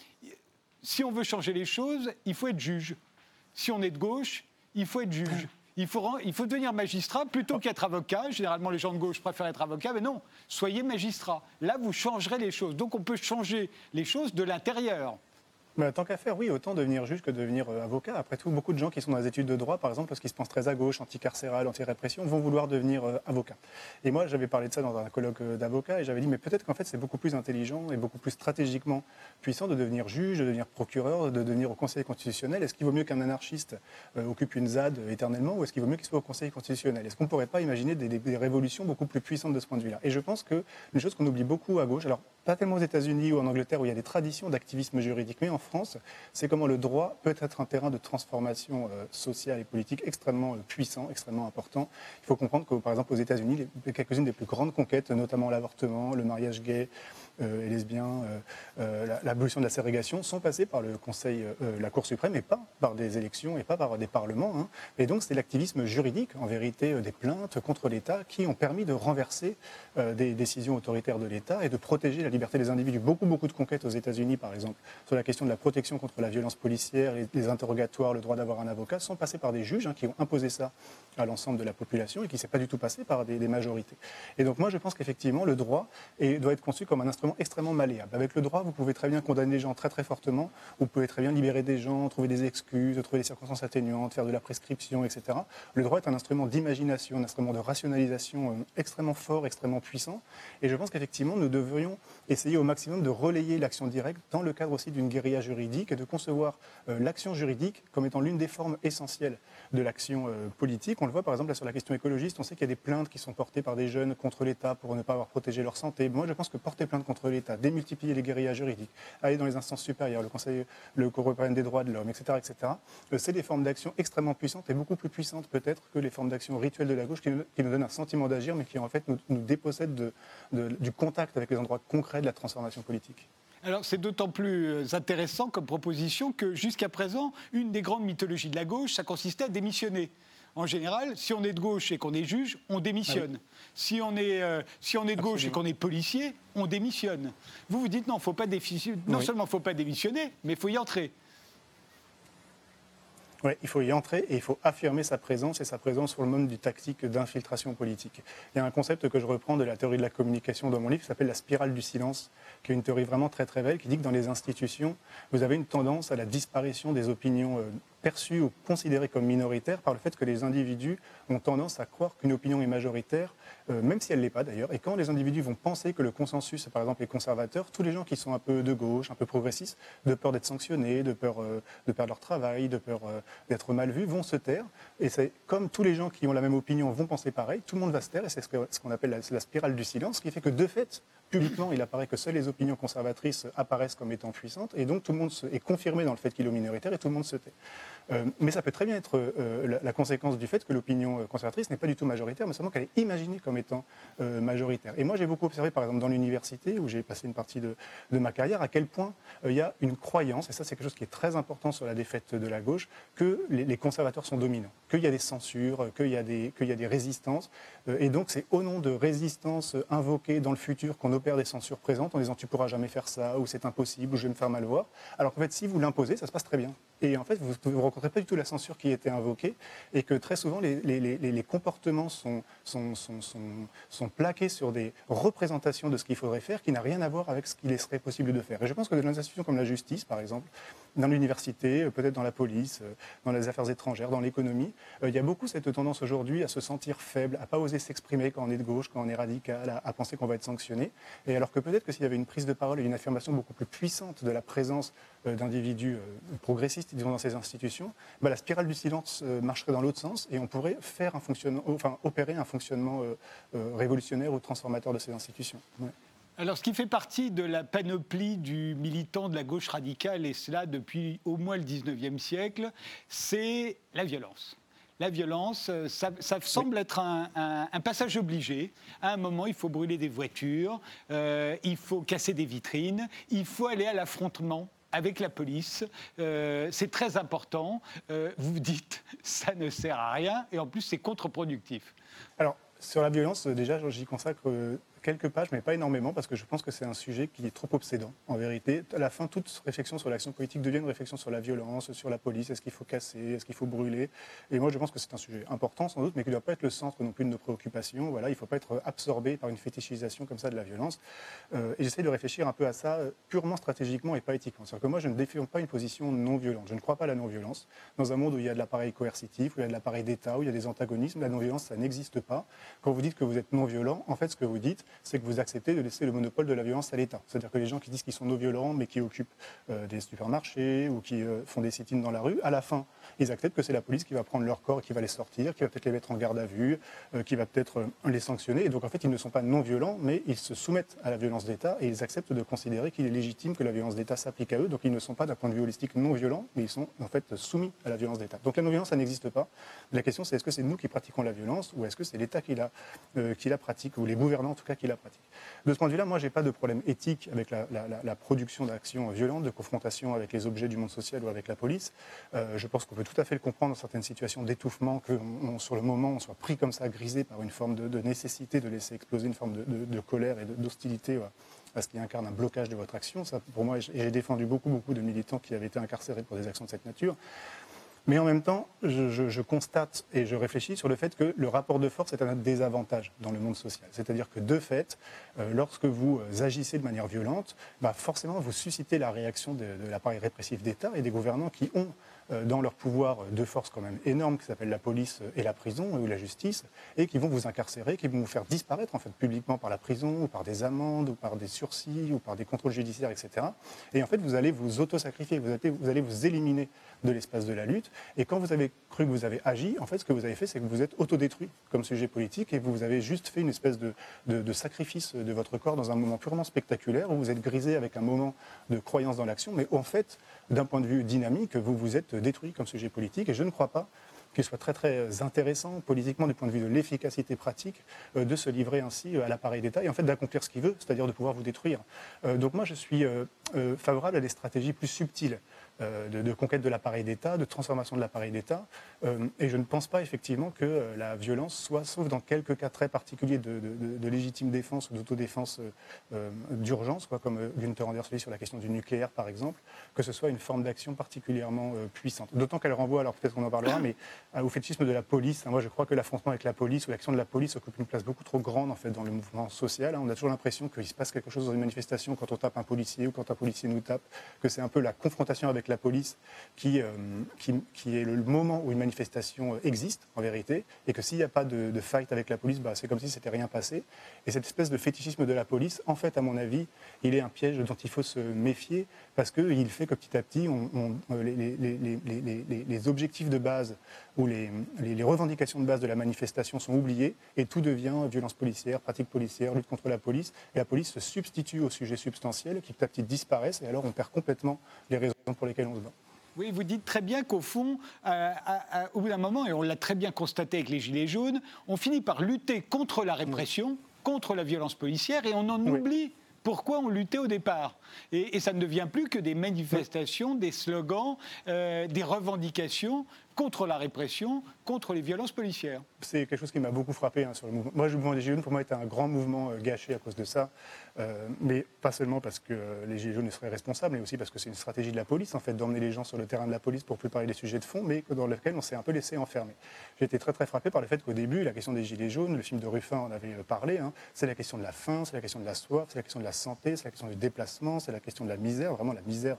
si on veut changer les choses, il faut être juge. Si on est de gauche, il faut être juge. Il faut devenir magistrat plutôt qu'être avocat. Généralement, les gens de gauche préfèrent être avocat, mais non, soyez magistrat. Là, vous changerez les choses. Donc, on peut changer les choses de l'intérieur. Mais tant qu'à faire, oui, autant devenir juge que devenir avocat. Après tout, beaucoup de gens qui sont dans les études de droit, par exemple, parce qu'ils se pensent très à gauche, anticarcéral, anti-répression, vont vouloir devenir avocat. Et moi, j'avais parlé de ça dans un colloque d'avocats, et j'avais dit, mais peut-être qu'en fait, c'est beaucoup plus intelligent et beaucoup plus stratégiquement puissant de devenir juge, de devenir procureur, de devenir au Conseil constitutionnel. Est-ce qu'il vaut mieux qu'un anarchiste occupe une ZAD éternellement, ou est-ce qu'il vaut mieux qu'il soit au Conseil constitutionnel? Est-ce qu'on ne pourrait pas imaginer des révolutions beaucoup plus puissantes de ce point de vue-là? Et je pense qu'une chose qu'on oublie beaucoup à gauche, alors pas tellement aux États-Unis ou en Angleterre où il y a des traditions d'activisme juridique, mais en France, c'est comment le droit peut être un terrain de transformation sociale et politique extrêmement puissant, extrêmement important. Il faut comprendre que, par exemple, aux États-Unis, quelques-unes des plus grandes conquêtes, notamment l'avortement, le mariage gay et lesbien, l'abolition de la ségrégation, sont passées par le Conseil, la Cour suprême, et pas par des élections et pas par des parlements. Et donc, c'est l'activisme juridique, en vérité, des plaintes contre l'État qui ont permis de renverser des décisions autoritaires de l'État et de protéger la liberté des individus. Beaucoup de conquêtes aux États-Unis, par exemple, sur la question de la protection contre la violence policière, les interrogatoires, le droit d'avoir un avocat, sont passés par des juges qui ont imposé ça à l'ensemble de la population et qui ne s'est pas du tout passé par des majorités. Et donc moi, je pense qu'effectivement, le droit doit être conçu comme un instrument extrêmement malléable. Avec le droit, vous pouvez très bien condamner les gens très très fortement, vous pouvez très bien libérer des gens, trouver des excuses, trouver des circonstances atténuantes, faire de la prescription, etc. Le droit est un instrument d'imagination, un instrument de rationalisation extrêmement fort, extrêmement puissant. Et je pense qu'effectivement, nous devrions essayer au maximum de relayer l'action directe dans le cadre aussi d'une guérilla juridique et de concevoir l'action juridique comme étant l'une des formes essentielles de l'action politique. On le voit par exemple là, sur la question écologiste, on sait qu'il y a des plaintes qui sont portées par des jeunes contre l'État pour ne pas avoir protégé leur santé. Moi je pense que porter plainte contre l'État, démultiplier les guérillas juridiques, aller dans les instances supérieures, le Cour européenne des droits de l'homme, etc., c'est des formes d'action extrêmement puissantes et beaucoup plus puissantes peut-être que les formes d'action rituelles de la gauche qui nous donnent un sentiment d'agir mais qui en fait nous dépossèdent du contact avec les endroits concrets de la transformation politique. Alors c'est d'autant plus intéressant comme proposition que jusqu'à présent, une des grandes mythologies de la gauche, ça consistait à démissionner. En général, si on est de gauche et qu'on est juge, on démissionne. Oui. Si on est de gauche et qu'on est policier, on démissionne. Vous dites non, faut pas non seulement il ne faut pas démissionner, mais il faut y entrer. Ouais, il faut y entrer et il faut affirmer sa présence et sa présence sur le mode du tactique d'infiltration politique. Il y a un concept que je reprends de la théorie de la communication dans mon livre qui s'appelle la spirale du silence, qui est une théorie vraiment très très belle qui dit que dans les institutions, vous avez une tendance à la disparition des opinions perçues ou considérées comme minoritaires par le fait que les individus ont tendance à croire qu'une opinion est majoritaire, même si elle ne l'est pas d'ailleurs. Et quand les individus vont penser que le consensus, par exemple, est conservateur, tous les gens qui sont un peu de gauche, un peu progressistes, de peur d'être sanctionnés, de peur de perdre leur travail, de peur d'être mal vus, vont se taire. Et c'est comme tous les gens qui ont la même opinion vont penser pareil, tout le monde va se taire. Et c'est ce qu'on appelle la spirale du silence, qui fait que de fait, publiquement, il apparaît que seules les opinions conservatrices apparaissent comme étant puissantes. Et donc tout le monde est confirmé dans le fait qu'il est minoritaire et tout le monde se tait. Mais ça peut très bien être la conséquence du fait que l'opinion conservatrice n'est pas du tout majoritaire, mais seulement qu'elle est imaginée comme étant majoritaire. Et moi, j'ai beaucoup observé, par exemple, dans l'université, où j'ai passé une partie de ma carrière, à quel point il y a une croyance, et ça c'est quelque chose qui est très important sur la défaite de la gauche, que les conservateurs sont dominants, qu'il y a des censures, qu'il y a des résistances. Et donc c'est au nom de résistances invoquées dans le futur qu'on opère des censures présentes en disant tu pourras jamais faire ça, ou c'est impossible, ou je vais me faire mal voir. Alors qu'en fait, si vous l'imposez, ça se passe très bien. Et en fait, vous ne rencontrez pas du tout la censure qui était invoquée, et que très souvent, les comportements sont plaqués sur des représentations de ce qu'il faudrait faire qui n'a rien à voir avec ce qu'il serait possible de faire. Et je pense que dans des institutions comme la justice, par exemple, dans l'université, peut-être dans la police, dans les affaires étrangères, dans l'économie, il y a beaucoup cette tendance aujourd'hui à se sentir faible, à ne pas oser s'exprimer quand on est de gauche, quand on est radical, à penser qu'on va être sanctionné. Et alors que peut-être que s'il y avait une prise de parole et une affirmation beaucoup plus puissante de la présence d'individus progressistes, disons, dans ces institutions, la spirale du silence marcherait dans l'autre sens et on pourrait faire opérer un fonctionnement révolutionnaire ou transformateur de ces institutions. Ouais. Alors, ce qui fait partie de la panoplie du militant de la gauche radicale, et cela depuis au moins le 19e siècle, c'est la violence. La violence, ça semble être un passage obligé. À un moment, il faut brûler des voitures, il faut casser des vitrines, il faut aller à l'affrontement avec la police. C'est très important. Vous dites, ça ne sert à rien, et en plus, c'est contre-productif. Alors, sur la violence, déjà, j'y consacre quelques pages, mais pas énormément, parce que je pense que c'est un sujet qui est trop obsédant, en vérité. À la fin, toute réflexion sur l'action politique devient une réflexion sur la violence, sur la police, est-ce qu'il faut casser, est-ce qu'il faut brûler. Et moi, je pense que c'est un sujet important, sans doute, mais qui ne doit pas être le centre non plus de nos préoccupations. Voilà, il ne faut pas être absorbé par une fétichisation comme ça de la violence. Et j'essaie de réfléchir un peu à ça purement stratégiquement et pas éthiquement. C'est-à-dire que moi, je ne défends pas une position non violente. Je ne crois pas à la non-violence. Dans un monde où il y a de l'appareil coercitif, où il y a de l'appareil d'État, où il y a des antagonismes, la non-violence, ça n'existe pas. Quand vous dites que vous êtes non-violent, en fait, ce que vous dites, c'est que vous acceptez de laisser le monopole de la violence à l'État. C'est-à-dire que les gens qui disent qu'ils sont non-violents, mais qui occupent des supermarchés ou qui font des sit-ins dans la rue, à la fin, ils acceptent que c'est la police qui va prendre leur corps, qui va les sortir, qui va peut-être les mettre en garde à vue, qui va peut-être les sanctionner. Et donc, en fait, ils ne sont pas non-violents, mais ils se soumettent à la violence d'État et ils acceptent de considérer qu'il est légitime que la violence d'État s'applique à eux. Donc, ils ne sont pas, d'un point de vue holistique, non-violents, mais ils sont, en fait, soumis à la violence d'État. Donc, la non-violence, ça n'existe pas. La question, c'est est-ce que c'est nous qui pratiquons la violence ou est-ce que c'est l'État qui la pratique, ou les gouvernants, en tout cas, qui la pratiquent. De ce point de vue-là, moi, je n'ai pas de problème éthique avec la production d'actions violentes, de confrontation avec les objets du monde social ou avec la police. Je pense qu'on peut tout à fait le comprendre dans certaines situations d'étouffement, que sur le moment, on soit pris comme ça, grisé par une forme de nécessité de laisser exploser une forme de colère et d'hostilité à ce qui incarne un blocage de votre action. Ça, pour moi, j'ai défendu beaucoup de militants qui avaient été incarcérés pour des actions de cette nature. Mais en même temps, je constate et je réfléchis sur le fait que le rapport de force est un désavantage dans le monde social. C'est-à-dire que de fait, lorsque vous agissez de manière violente, forcément vous suscitez la réaction de l'appareil répressif d'État et des gouvernants qui ont dans leur pouvoir de force quand même énorme, qui s'appelle la police et la prison ou la justice, et qui vont vous incarcérer, qui vont vous faire disparaître en fait publiquement par la prison, ou par des amendes, ou par des sursis, ou par des contrôles judiciaires, etc. Et en fait, vous allez vous auto-sacrifier, vous allez vous éliminer de l'espace de la lutte. Et quand vous avez cru que vous avez agi, en fait, ce que vous avez fait, c'est que vous êtes autodétruit comme sujet politique et vous avez juste fait une espèce de sacrifice de votre corps dans un moment purement spectaculaire où vous êtes grisé avec un moment de croyance dans l'action, mais en fait, d'un point de vue dynamique, vous vous êtes détruit comme sujet politique. Et je ne crois pas qu'il soit très très intéressant politiquement du point de vue de l'efficacité pratique de se livrer ainsi à l'appareil d'État et en fait d'accomplir ce qu'il veut, c'est-à-dire de pouvoir vous détruire. Donc moi je suis favorable à des stratégies plus subtiles de conquête de l'appareil d'État, de transformation de l'appareil d'État. Et je ne pense pas effectivement que la violence soit, sauf dans quelques cas très particuliers de légitime défense ou d'autodéfense d'urgence, comme Günther Anders dit sur la question du nucléaire par exemple, que ce soit une forme d'action particulièrement puissante. D'autant qu'elle renvoie, alors peut-être qu'on en parlera, mais au fétichisme de la police. Moi je crois que l'affrontement avec la police ou l'action de la police occupe une place beaucoup trop grande en fait dans le mouvement social. On a toujours l'impression qu'il se passe quelque chose dans une manifestation quand on tape un policier ou quand un policier nous tape, que c'est un peu la confrontation avec la police qui est le moment où une manifestation existe en vérité, et que s'il n'y a pas de fight avec la police, c'est comme si c'était rien passé. Et cette espèce de fétichisme de la police, en fait, à mon avis, il est un piège dont il faut se méfier, parce qu'il fait que petit à petit, les objectifs de base ou les revendications de base de la manifestation sont oubliées, et tout devient violence policière, pratique policière, lutte contre la police, et la police se substitue au sujet substantiel qui petit à petit disparaissent, et alors on perd complètement les raisons pour lesquelles on se bat. Oui, vous dites très bien qu'au fond, au bout d'un moment, et on l'a très bien constaté avec les Gilets jaunes, on finit par lutter contre la répression, contre la violence policière, et on en oublie pourquoi on luttait au départ. Et ça ne devient plus que des manifestations, des slogans, des revendications contre la répression, contre les violences policières. C'est quelque chose qui m'a beaucoup frappé sur le mouvement. Moi, le mouvement des Gilets jaunes, pour moi, était un grand mouvement gâché à cause de ça. Mais pas seulement parce que les Gilets jaunes seraient responsables, mais aussi parce que c'est une stratégie de la police, en fait, d'emmener les gens sur le terrain de la police pour plus parler des sujets de fond, mais dans lequel on s'est un peu laissé enfermer. J'ai été très très frappé par le fait qu'au début, la question des Gilets jaunes, le film de Ruffin en avait parlé, c'est la question de la faim, c'est la question de la soif, c'est la question de la santé, c'est la question du déplacement, c'est la question de la misère, vraiment la misère.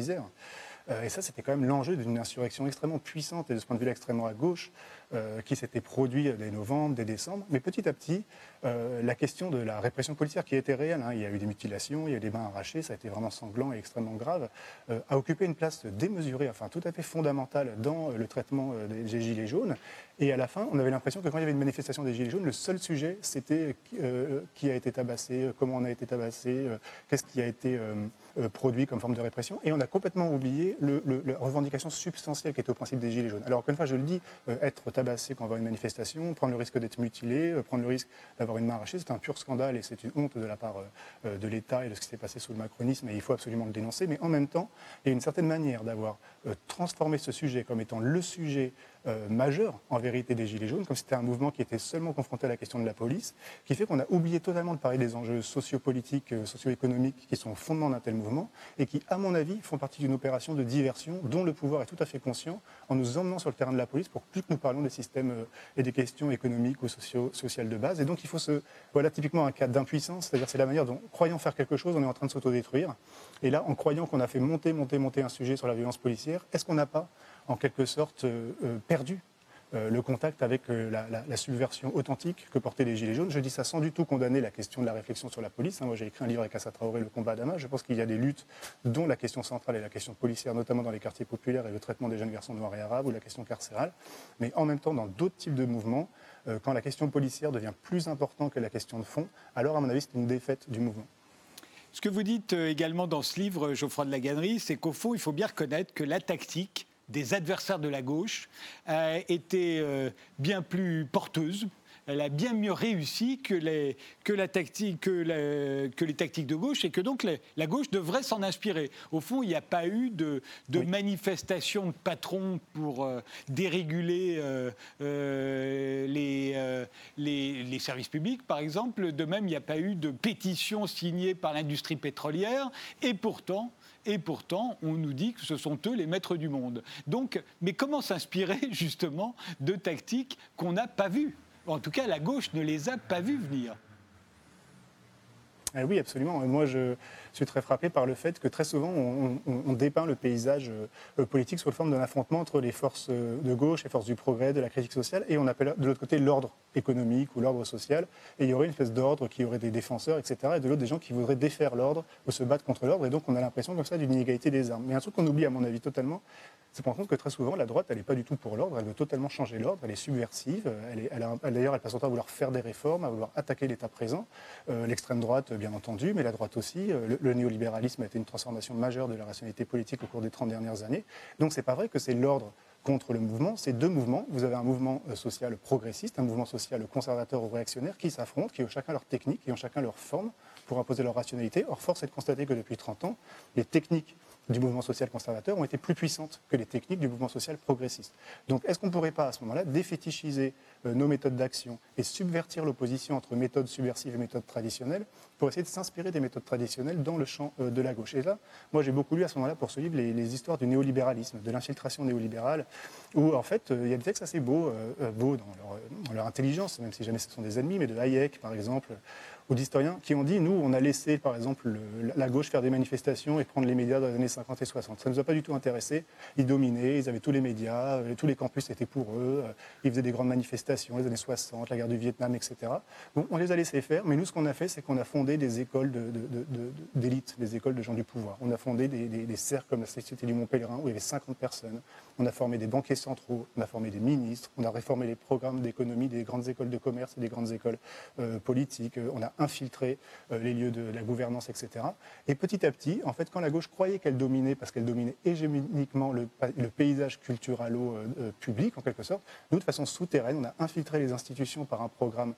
Et ça, c'était quand même l'enjeu d'une insurrection extrêmement puissante et de ce point de vue-là extrêmement à gauche, qui s'était produit dès novembre, dès décembre. Mais petit à petit, la question de la répression policière qui était réelle, il y a eu des mutilations, il y a eu des mains arrachées, ça a été vraiment sanglant et extrêmement grave, a occupé une place démesurée, enfin tout à fait fondamentale dans le traitement des Gilets jaunes. Et à la fin, on avait l'impression que quand il y avait une manifestation des Gilets jaunes, le seul sujet, c'était qui a été tabassé, comment on a été tabassé, qu'est-ce qui a été produit comme forme de répression. Et on a complètement oublié la revendication substantielle qui était au principe des Gilets jaunes. Alors qu'une fois, je le dis, être tabassé quand on va à une manifestation, prendre le risque d'être mutilé, prendre le risque d'avoir une main arrachée, c'est un pur scandale et c'est une honte de la part de l'État et de ce qui s'est passé sous le macronisme, et il faut absolument le dénoncer. Mais en même temps, il y a une certaine manière d'avoir transformé ce sujet comme étant le sujet majeur, en vérité, des Gilets jaunes, comme c'était un mouvement qui était seulement confronté à la question de la police, qui fait qu'on a oublié totalement de parler des enjeux sociopolitiques, socio-économiques qui sont au fondement d'un tel mouvement, et qui, à mon avis, font partie d'une opération de diversion dont le pouvoir est tout à fait conscient, en nous emmenant sur le terrain de la police pour plus que nous parlions des systèmes et des questions économiques ou sociales de base. Et donc il faut voilà typiquement un cas d'impuissance, c'est-à-dire c'est la manière dont, croyant faire quelque chose, on est en train de s'autodétruire. Et là, en croyant qu'on a fait monter un sujet sur la violence policière, est-ce qu'on n'a pas, en quelque sorte, perdu le contact avec la subversion authentique que portaient les Gilets jaunes? Je dis ça sans du tout condamner la question de la réflexion sur la police. Moi, j'ai écrit un livre avec Assa Traoré, Le combat à Damas. Je pense qu'il y a des luttes dont la question centrale est la question policière, notamment dans les quartiers populaires et le traitement des jeunes garçons noirs et arabes ou la question carcérale. Mais en même temps, dans d'autres types de mouvements, quand la question policière devient plus importante que la question de fond, alors, à mon avis, c'est une défaite du mouvement. Ce que vous dites également dans ce livre, Geoffroy de Laganerie, c'est qu'au fond, il faut bien reconnaître que la tactique des adversaires de la gauche était bien plus porteuse. Elle a bien mieux réussi que les tactiques de gauche, et que donc la gauche devrait s'en inspirer. Au fond, il n'y a pas eu de manifestation de patrons pour déréguler les services publics, par exemple. De même, il n'y a pas eu de pétition signée par l'industrie pétrolière. Et pourtant, on nous dit que ce sont eux les maîtres du monde. Donc, mais comment s'inspirer justement de tactiques qu'on n'a pas vues ? En tout cas, la gauche ne les a pas vues venir. Oui, absolument. Moi, je suis très frappé par le fait que très souvent, on dépeint le paysage politique sous la forme d'un affrontement entre les forces de gauche, les forces du progrès, de la critique sociale, et on appelle de l'autre côté l'ordre économique ou l'ordre social. Et il y aurait une espèce d'ordre qui aurait des défenseurs, etc., et de l'autre des gens qui voudraient défaire l'ordre ou se battre contre l'ordre. Et donc, on a l'impression comme ça d'une inégalité des armes. Mais un truc qu'on oublie, à mon avis, totalement, c'est qu'on se rend compte que très souvent, la droite, elle n'est pas du tout pour l'ordre, elle veut totalement changer l'ordre, elle est subversive, d'ailleurs, elle passe son temps à vouloir faire des réformes, à vouloir attaquer l'État présent, l'extrême droite, bien entendu, mais la droite aussi. Le néolibéralisme a été une transformation majeure de la rationalité politique au cours des 30 dernières années. Donc, c'est pas vrai que c'est l'ordre contre le mouvement, c'est deux mouvements. Vous avez un mouvement social progressiste, un mouvement social conservateur ou réactionnaire qui s'affrontent, qui ont chacun leur technique, qui ont chacun leur forme pour imposer leur rationalité. Or, force est de constater que depuis 30 ans, les techniques du mouvement social conservateur ont été plus puissantes que les techniques du mouvement social progressiste. Donc, est-ce qu'on ne pourrait pas, à ce moment-là, défétichiser nos méthodes d'action et subvertir l'opposition entre méthodes subversives et méthodes traditionnelles pour essayer de s'inspirer des méthodes traditionnelles dans le champ de la gauche? Et là, moi, j'ai beaucoup lu à ce moment-là pour ce livre les histoires du néolibéralisme, de l'infiltration néolibérale, où, en fait, il y a des textes assez beaux dans leur intelligence, même si jamais ce sont des ennemis, mais de Hayek, par exemple, ou d'historiens qui ont dit, nous, on a laissé, par exemple, la gauche faire des manifestations et prendre les médias dans les années 50 et 60. Ça ne nous a pas du tout intéressés. Ils dominaient, ils avaient tous les médias, tous les campus étaient pour eux, ils faisaient des grandes manifestations, les années 60, la guerre du Vietnam, etc. Bon, on les a laissés faire, mais nous, ce qu'on a fait, c'est qu'on a fondé des écoles d'élite, des écoles de gens du pouvoir. On a fondé des cercles comme la Société du Mont Pèlerin, où il y avait 50 personnes. On a formé des banquiers centraux, on a formé des ministres, on a réformé les programmes d'économie des grandes écoles de commerce et des grandes écoles politiques. On a infiltré les lieux de la gouvernance, etc. Et petit à petit, en fait, quand la gauche croyait qu'elle dominait, parce qu'elle dominait hégémoniquement le paysage culturalo-public, en quelque sorte, nous, de façon souterraine, on a infiltré les institutions par un programme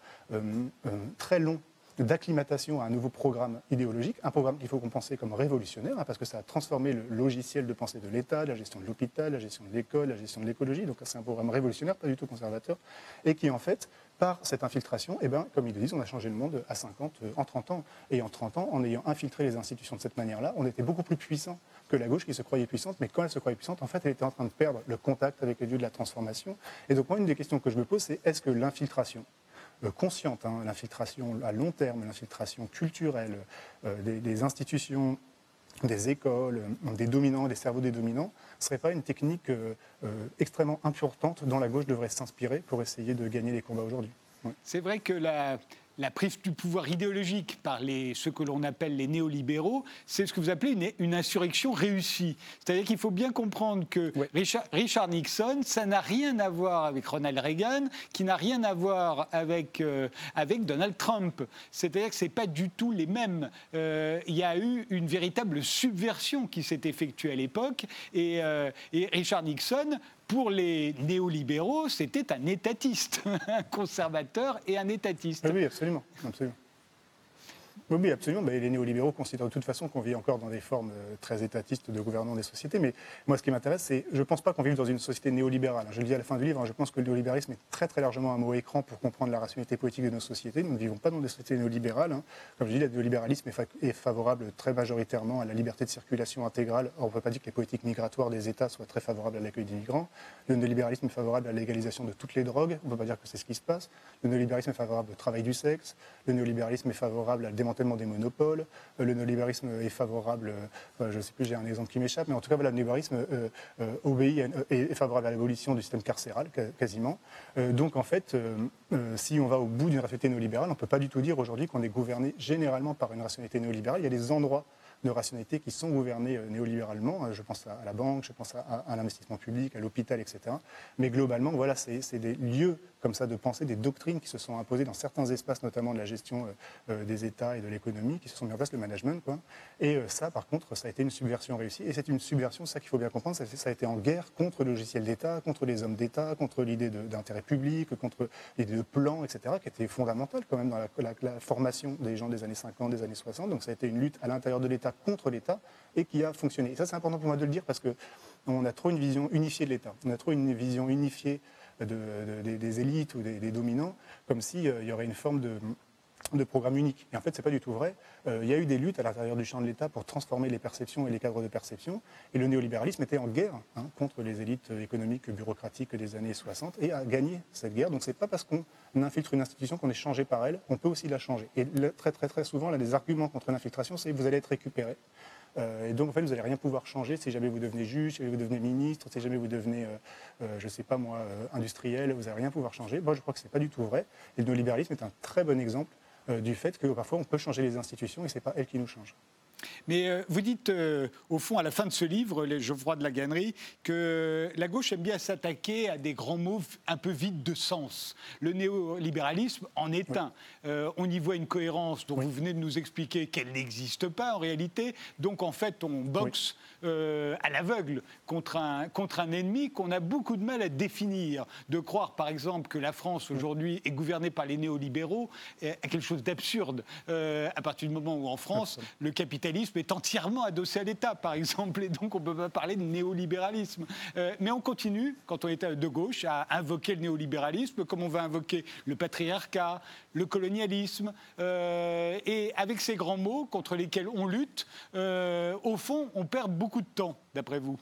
très long d'acclimatation à un nouveau programme idéologique, un programme qu'il faut penser comme révolutionnaire, parce que ça a transformé le logiciel de pensée de l'État, la gestion de l'hôpital, la gestion de l'école, la gestion de l'écologie. Donc c'est un programme révolutionnaire, pas du tout conservateur, et qui en fait, par cette infiltration, comme ils le disent, on a changé le monde en 30 ans. Et en 30 ans, en ayant infiltré les institutions de cette manière-là, on était beaucoup plus puissant que la gauche qui se croyait puissante, mais quand elle se croyait puissante, en fait, elle était en train de perdre le contact avec les lieux de la transformation. Et donc moi, une des questions que je me pose, c'est est-ce que l'infiltration consciente, l'infiltration à long terme, l'infiltration culturelle des institutions, des écoles, des dominants, des cerveaux des dominants, ne serait pas une technique extrêmement importante dont la gauche devrait s'inspirer pour essayer de gagner les combats aujourd'hui. Ouais. C'est vrai que la prise du pouvoir idéologique par ce que l'on appelle les néolibéraux, c'est ce que vous appelez une insurrection réussie. C'est-à-dire qu'il faut bien comprendre que Richard Nixon, ça n'a rien à voir avec Ronald Reagan, qui n'a rien à voir avec Donald Trump. C'est-à-dire que ce n'est pas du tout les mêmes. Il y a eu une véritable subversion qui s'est effectuée à l'époque. Et Richard Nixon, pour les néolibéraux, c'était un étatiste, un conservateur et un étatiste. Oui, absolument. Oui, absolument. Les néolibéraux considèrent de toute façon qu'on vit encore dans des formes très étatistes de gouvernement des sociétés. Mais moi, ce qui m'intéresse, c'est, je ne pense pas qu'on vive dans une société néolibérale. Je le dis à la fin du livre, je pense que le néolibéralisme est très très largement un mot écran pour comprendre la rationalité politique de nos sociétés. Nous ne vivons pas dans des sociétés néolibérales. Comme je dis, le néolibéralisme est favorable très majoritairement à la liberté de circulation intégrale. Or, on ne peut pas dire que les politiques migratoires des États soient très favorables à l'accueil des migrants. Le néolibéralisme est favorable à la légalisation de toutes les drogues. On ne peut pas dire que c'est ce qui se passe. Le néolibéralisme est favorable au travail du sexe. Le néolibéralisme est favorable à démantèlement des monopoles, le néolibéralisme est favorable, je ne sais plus, j'ai un exemple qui m'échappe, mais en tout cas, le néolibéralisme est favorable à l'abolition du système carcéral, quasiment. Donc, en fait, si on va au bout d'une rationalité néolibérale, on ne peut pas du tout dire aujourd'hui qu'on est gouverné généralement par une rationalité néolibérale. Il y a des endroits de rationalité qui sont gouvernés néolibéralement. Je pense à la banque, je pense à l'investissement public, à l'hôpital, etc. Mais globalement, voilà, c'est des lieux comme ça de pensée, des doctrines qui se sont imposées dans certains espaces, notamment de la gestion des États et de l'économie, qui se sont mis en place, le management, quoi. Et ça, par contre, ça a été une subversion réussie. Et c'est une subversion, ça qu'il faut bien comprendre, ça a été en guerre contre le logiciel d'État, contre les hommes d'État, contre l'idée d'intérêt public, contre l'idée de plan, etc., qui était fondamentale quand même dans la formation des gens des années 50, des années 60. Donc ça a été une lutte à l'intérieur de l'État contre l'État et qui a fonctionné. Et ça, c'est important pour moi de le dire parce qu'on a trop une vision unifiée de l'État. On a trop une vision unifiée des élites ou des dominants, comme s'il y aurait une forme de programme unique. Et en fait, ce n'est pas du tout vrai. Il y a eu des luttes à l'intérieur du champ de l'État pour transformer les perceptions et les cadres de perception. Et le néolibéralisme était en guerre contre les élites économiques, bureaucratiques des années 60 et a gagné cette guerre. Donc ce n'est pas parce qu'on infiltre une institution qu'on est changé par elle, on peut aussi la changer. Et très, très, très souvent, l'un des arguments contre l'infiltration, c'est que vous allez être récupéré. Et donc, en fait, vous n'allez rien pouvoir changer si jamais vous devenez juge, si jamais vous devenez ministre, si jamais vous devenez, je ne sais pas moi, industriel, vous n'allez rien pouvoir changer. Moi, je crois que ce n'est pas du tout vrai. Et le néolibéralisme est un très bon exemple du fait que parfois, on peut changer les institutions et ce n'est pas elles qui nous changent. Mais vous dites, au fond, à la fin de ce livre, les Geoffroy de la Gannerie, que la gauche aime bien s'attaquer à des grands mots un peu vides de sens. Le néolibéralisme en est un. On y voit une cohérence dont vous venez de nous expliquer qu'elle n'existe pas en réalité. Donc, en fait, on boxe à l'aveugle contre un ennemi qu'on a beaucoup de mal à définir. De croire, par exemple, que la France, aujourd'hui, est gouvernée par les néolibéraux est quelque chose d'absurde. À partir du moment où, en France, le capitalisme est entièrement adossé à l'État, par exemple, et donc on ne peut pas parler de néolibéralisme. Mais on continue, quand on est de gauche, à invoquer le néolibéralisme, comme on va invoquer le patriarcat, le colonialisme, et avec ces grands mots contre lesquels on lutte, au fond, on perd beaucoup de temps, d'après vous.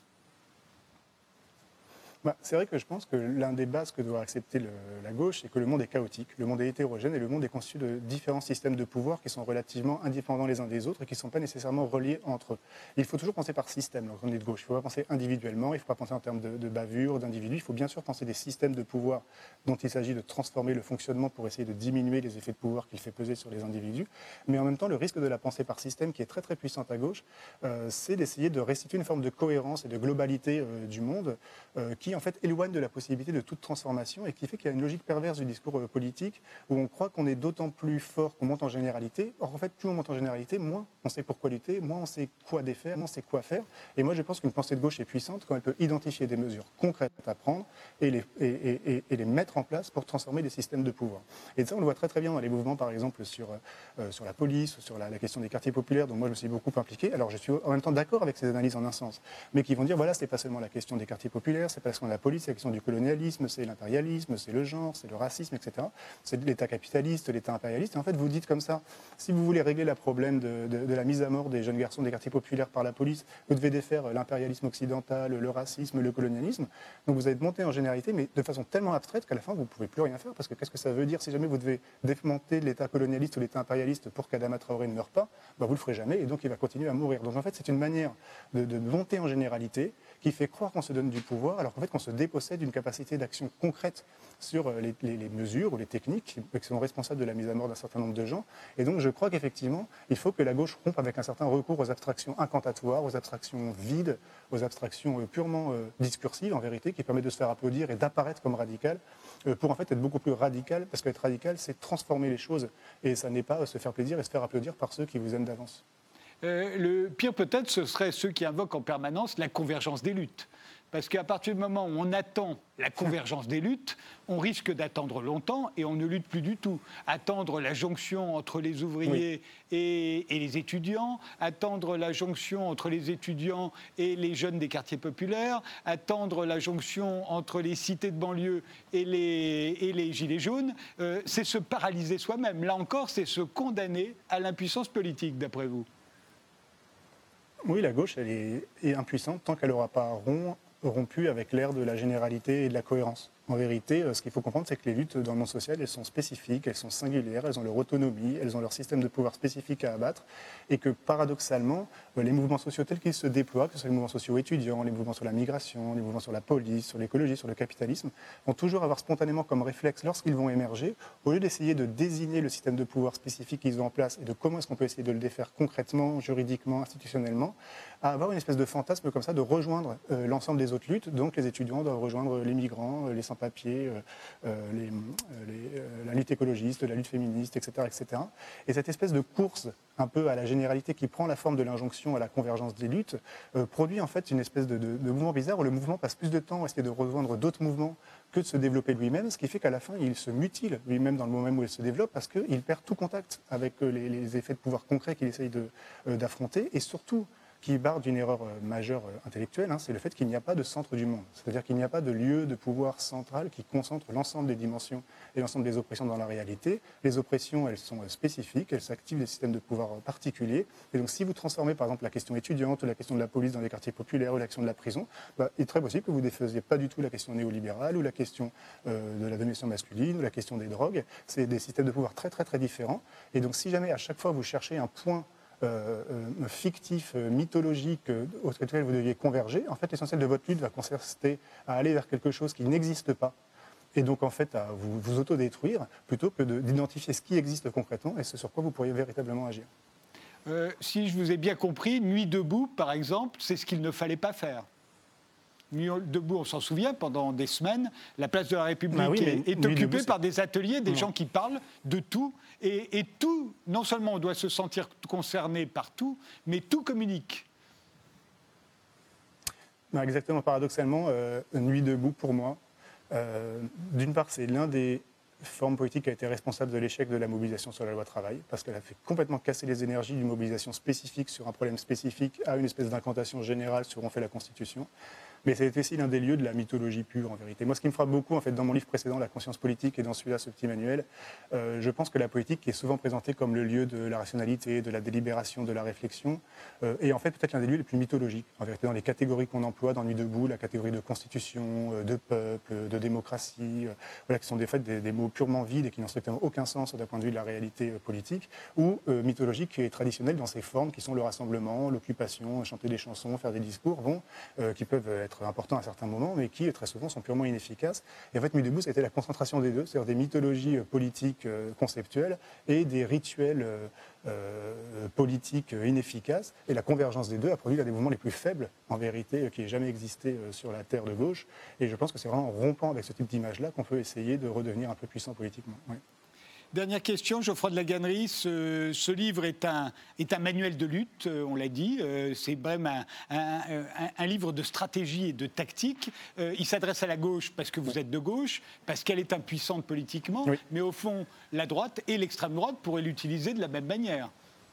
C'est vrai que je pense que l'un des bases que doit accepter la gauche, c'est que le monde est chaotique, le monde est hétérogène et le monde est constitué de différents systèmes de pouvoir qui sont relativement indépendants les uns des autres et qui ne sont pas nécessairement reliés entre eux. Il faut toujours penser par système lorsqu'on est de gauche. Il ne faut pas penser individuellement, il ne faut pas penser en termes de bavure, d'individus. Il faut bien sûr penser des systèmes de pouvoir dont il s'agit de transformer le fonctionnement pour essayer de diminuer les effets de pouvoir qu'il fait peser sur les individus. Mais en même temps, le risque de la pensée par système qui est très très puissante à gauche, c'est d'essayer de restituer une forme de cohérence et de globalité du monde qui en fait éloigne de la possibilité de toute transformation et qui fait qu'il y a une logique perverse du discours politique où on croit qu'on est d'autant plus fort qu'on monte en généralité. Or en fait, plus on monte en généralité, moins on sait pourquoi lutter, moins on sait quoi défaire, moins on sait quoi faire. Et moi je pense qu'une pensée de gauche est puissante quand elle peut identifier des mesures concrètes à prendre et les mettre en place pour transformer des systèmes de pouvoir. Et ça on le voit très très bien dans les mouvements par exemple sur la police, sur la question des quartiers populaires dont moi je me suis beaucoup impliqué. Alors je suis en même temps d'accord avec ces analyses en un sens, mais qui vont dire voilà c'est pas seulement la question des quartiers populaires, c'est pas seulement la police, c'est la question du colonialisme, c'est l'impérialisme, c'est le genre, c'est le racisme, etc. C'est l'État capitaliste, l'État impérialiste. Et en fait, vous dites comme ça, si vous voulez régler le problème de la mise à mort des jeunes garçons des quartiers populaires par la police, vous devez défaire l'impérialisme occidental, le racisme, le colonialisme. Donc vous allez monter en généralité, mais de façon tellement abstraite qu'à la fin, vous ne pouvez plus rien faire. Parce que qu'est-ce que ça veut dire si jamais vous devez démonter l'État colonialiste ou l'État impérialiste pour qu'Adama Traoré ne meure pas, vous ne le ferez jamais et donc il va continuer à mourir. Donc en fait, c'est une manière de monter en généralité qui fait croire qu'on se donne du pouvoir alors qu'en fait, qu'on se dépossède d'une capacité d'action concrète sur les mesures ou les techniques qui sont responsables de la mise à mort d'un certain nombre de gens. Et donc je crois qu'effectivement, il faut que la gauche rompe avec un certain recours aux abstractions incantatoires, aux abstractions vides, aux abstractions purement discursives en vérité, qui permettent de se faire applaudir et d'apparaître comme radical, pour en fait être beaucoup plus radical, parce qu'être radical, c'est transformer les choses. Et ça n'est pas se faire plaisir et se faire applaudir par ceux qui vous aiment d'avance. Le pire peut-être, ce serait ceux qui invoquent en permanence la convergence des luttes. Parce qu'à partir du moment où on attend la convergence des luttes, on risque d'attendre longtemps et on ne lutte plus du tout. Attendre la jonction entre les ouvriers et les étudiants, attendre la jonction entre les étudiants et les jeunes des quartiers populaires, attendre la jonction entre les cités de banlieue et les gilets jaunes, c'est se paralyser soi-même. Là encore, c'est se condamner à l'impuissance politique, d'après vous. Oui, la gauche, elle est impuissante tant qu'elle n'aura pas rompu avec l'ère de la généralité et de la cohérence. En vérité, ce qu'il faut comprendre, c'est que les luttes dans le monde social, elles sont spécifiques, elles sont singulières, elles ont leur autonomie, elles ont leur système de pouvoir spécifique à abattre, et que paradoxalement, les mouvements sociaux tels qu'ils se déploient, que ce soit les mouvements sociaux étudiants, les mouvements sur la migration, les mouvements sur la police, sur l'écologie, sur le capitalisme, vont toujours avoir spontanément comme réflexe, lorsqu'ils vont émerger, au lieu d'essayer de désigner le système de pouvoir spécifique qu'ils ont en place et de comment est-ce qu'on peut essayer de le défaire concrètement, juridiquement, institutionnellement, à avoir une espèce de fantasme comme ça, de rejoindre l'ensemble des autres luttes. Donc les étudiants doivent rejoindre les migrants, les sans-papiers, la lutte écologiste, la lutte féministe, etc., etc. Et cette espèce de course un peu à la généralité qui prend la forme de l'injonction à la convergence des luttes produit en fait une espèce de mouvement bizarre où le mouvement passe plus de temps à essayer de rejoindre d'autres mouvements que de se développer lui-même, ce qui fait qu'à la fin, il se mutile lui-même dans le moment même où il se développe parce qu'il perd tout contact avec les effets de pouvoir concrets qu'il essaye d'affronter et surtout qui barre d'une erreur majeure intellectuelle, c'est le fait qu'il n'y a pas de centre du monde. C'est-à-dire qu'il n'y a pas de lieu de pouvoir central qui concentre l'ensemble des dimensions et l'ensemble des oppressions dans la réalité. Les oppressions, elles sont spécifiques, elles s'activent des systèmes de pouvoir particuliers. Et donc si vous transformez par exemple la question étudiante ou la question de la police dans les quartiers populaires ou l'action de la prison, il est très possible que vous ne défaisiez pas du tout la question néolibérale ou la question de la domination masculine ou la question des drogues. C'est des systèmes de pouvoir très très très différents. Et donc si jamais à chaque fois vous cherchez un point fictif, mythologique, auquel vous deviez converger, en fait, l'essentiel de votre lutte va consister à aller vers quelque chose qui n'existe pas. Et donc, en fait, à vous autodétruire, plutôt que d'identifier ce qui existe concrètement et ce sur quoi vous pourriez véritablement agir. Si je vous ai bien compris, Nuit debout, par exemple, c'est ce qu'il ne fallait pas faire. Nuit debout, on s'en souvient, pendant des semaines, la place de la République est occupée par des ateliers, des gens qui parlent de tout. Et tout, non seulement on doit se sentir concerné par tout, mais tout communique. Exactement, paradoxalement, Nuit debout, pour moi, d'une part, c'est l'un des formes politiques qui a été responsable de l'échec de la mobilisation sur la loi travail, parce qu'elle a fait complètement casser les énergies d'une mobilisation spécifique sur un problème spécifique à une espèce d'incantation générale sur on fait la Constitution. Mais c'est aussi l'un des lieux de la mythologie pure, en vérité. Moi, ce qui me frappe beaucoup, en fait, dans mon livre précédent, La conscience politique, et dans celui-là, ce petit manuel, je pense que la politique est souvent présentée comme le lieu de la rationalité, de la délibération, de la réflexion, et en fait, peut-être l'un des lieux les plus mythologiques, en vérité, dans les catégories qu'on emploie dans Nuit debout, la catégorie de constitution, de peuple, de démocratie, voilà, qui sont des mots purement vides et qui n'ont strictement aucun sens d'un point de vue de la réalité politique, ou mythologique et traditionnelle dans ces formes qui sont le rassemblement, l'occupation, chanter des chansons, faire des discours, qui peuvent être importants à certains moments, mais qui très souvent sont purement inefficaces. Et en fait, Nuit debout, ça a été la concentration des deux, c'est-à-dire des mythologies politiques conceptuelles et des rituels politiques inefficaces. Et la convergence des deux a produit l'un des mouvements les plus faibles, en vérité, qui ait jamais existé sur la terre de gauche. Et je pense que c'est vraiment en rompant avec ce type d'image-là qu'on peut essayer de redevenir un peu puissant politiquement. Oui. Dernière question, Geoffroy de Laganerie, ce livre est un manuel de lutte, on l'a dit, c'est vraiment un livre de stratégie et de tactique. Il s'adresse à la gauche parce que vous êtes de gauche, parce qu'elle est impuissante politiquement, mais au fond, la droite et l'extrême droite pourraient l'utiliser de la même manière.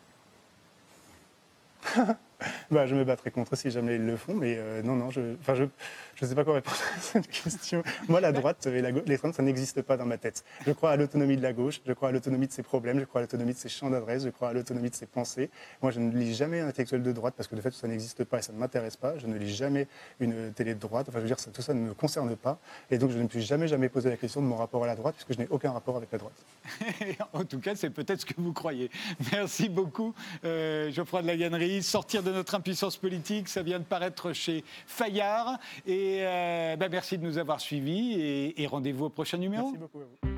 Je me battrai contre si jamais ils le font, mais non, je ne sais pas quoi répondre à cette question. Moi, la droite et l'extrême, ça n'existe pas dans ma tête. Je crois à l'autonomie de la gauche, je crois à l'autonomie de ses problèmes, je crois à l'autonomie de ses champs d'adresse, je crois à l'autonomie de ses pensées. Moi, je ne lis jamais un intellectuel de droite parce que de fait, ça n'existe pas et ça ne m'intéresse pas. Je ne lis jamais une télé de droite. Enfin, je veux dire, tout ça ne me concerne pas. Et donc, je ne me suis jamais posé la question de mon rapport à la droite puisque je n'ai aucun rapport avec la droite. En tout cas, c'est peut-être ce que vous croyez. Merci beaucoup, Geoffroy de Laganerie. Sortir de notre impuissance politique, ça vient de paraître chez Fayard. Et merci de nous avoir suivis et rendez-vous au prochain numéro. Merci beaucoup à vous.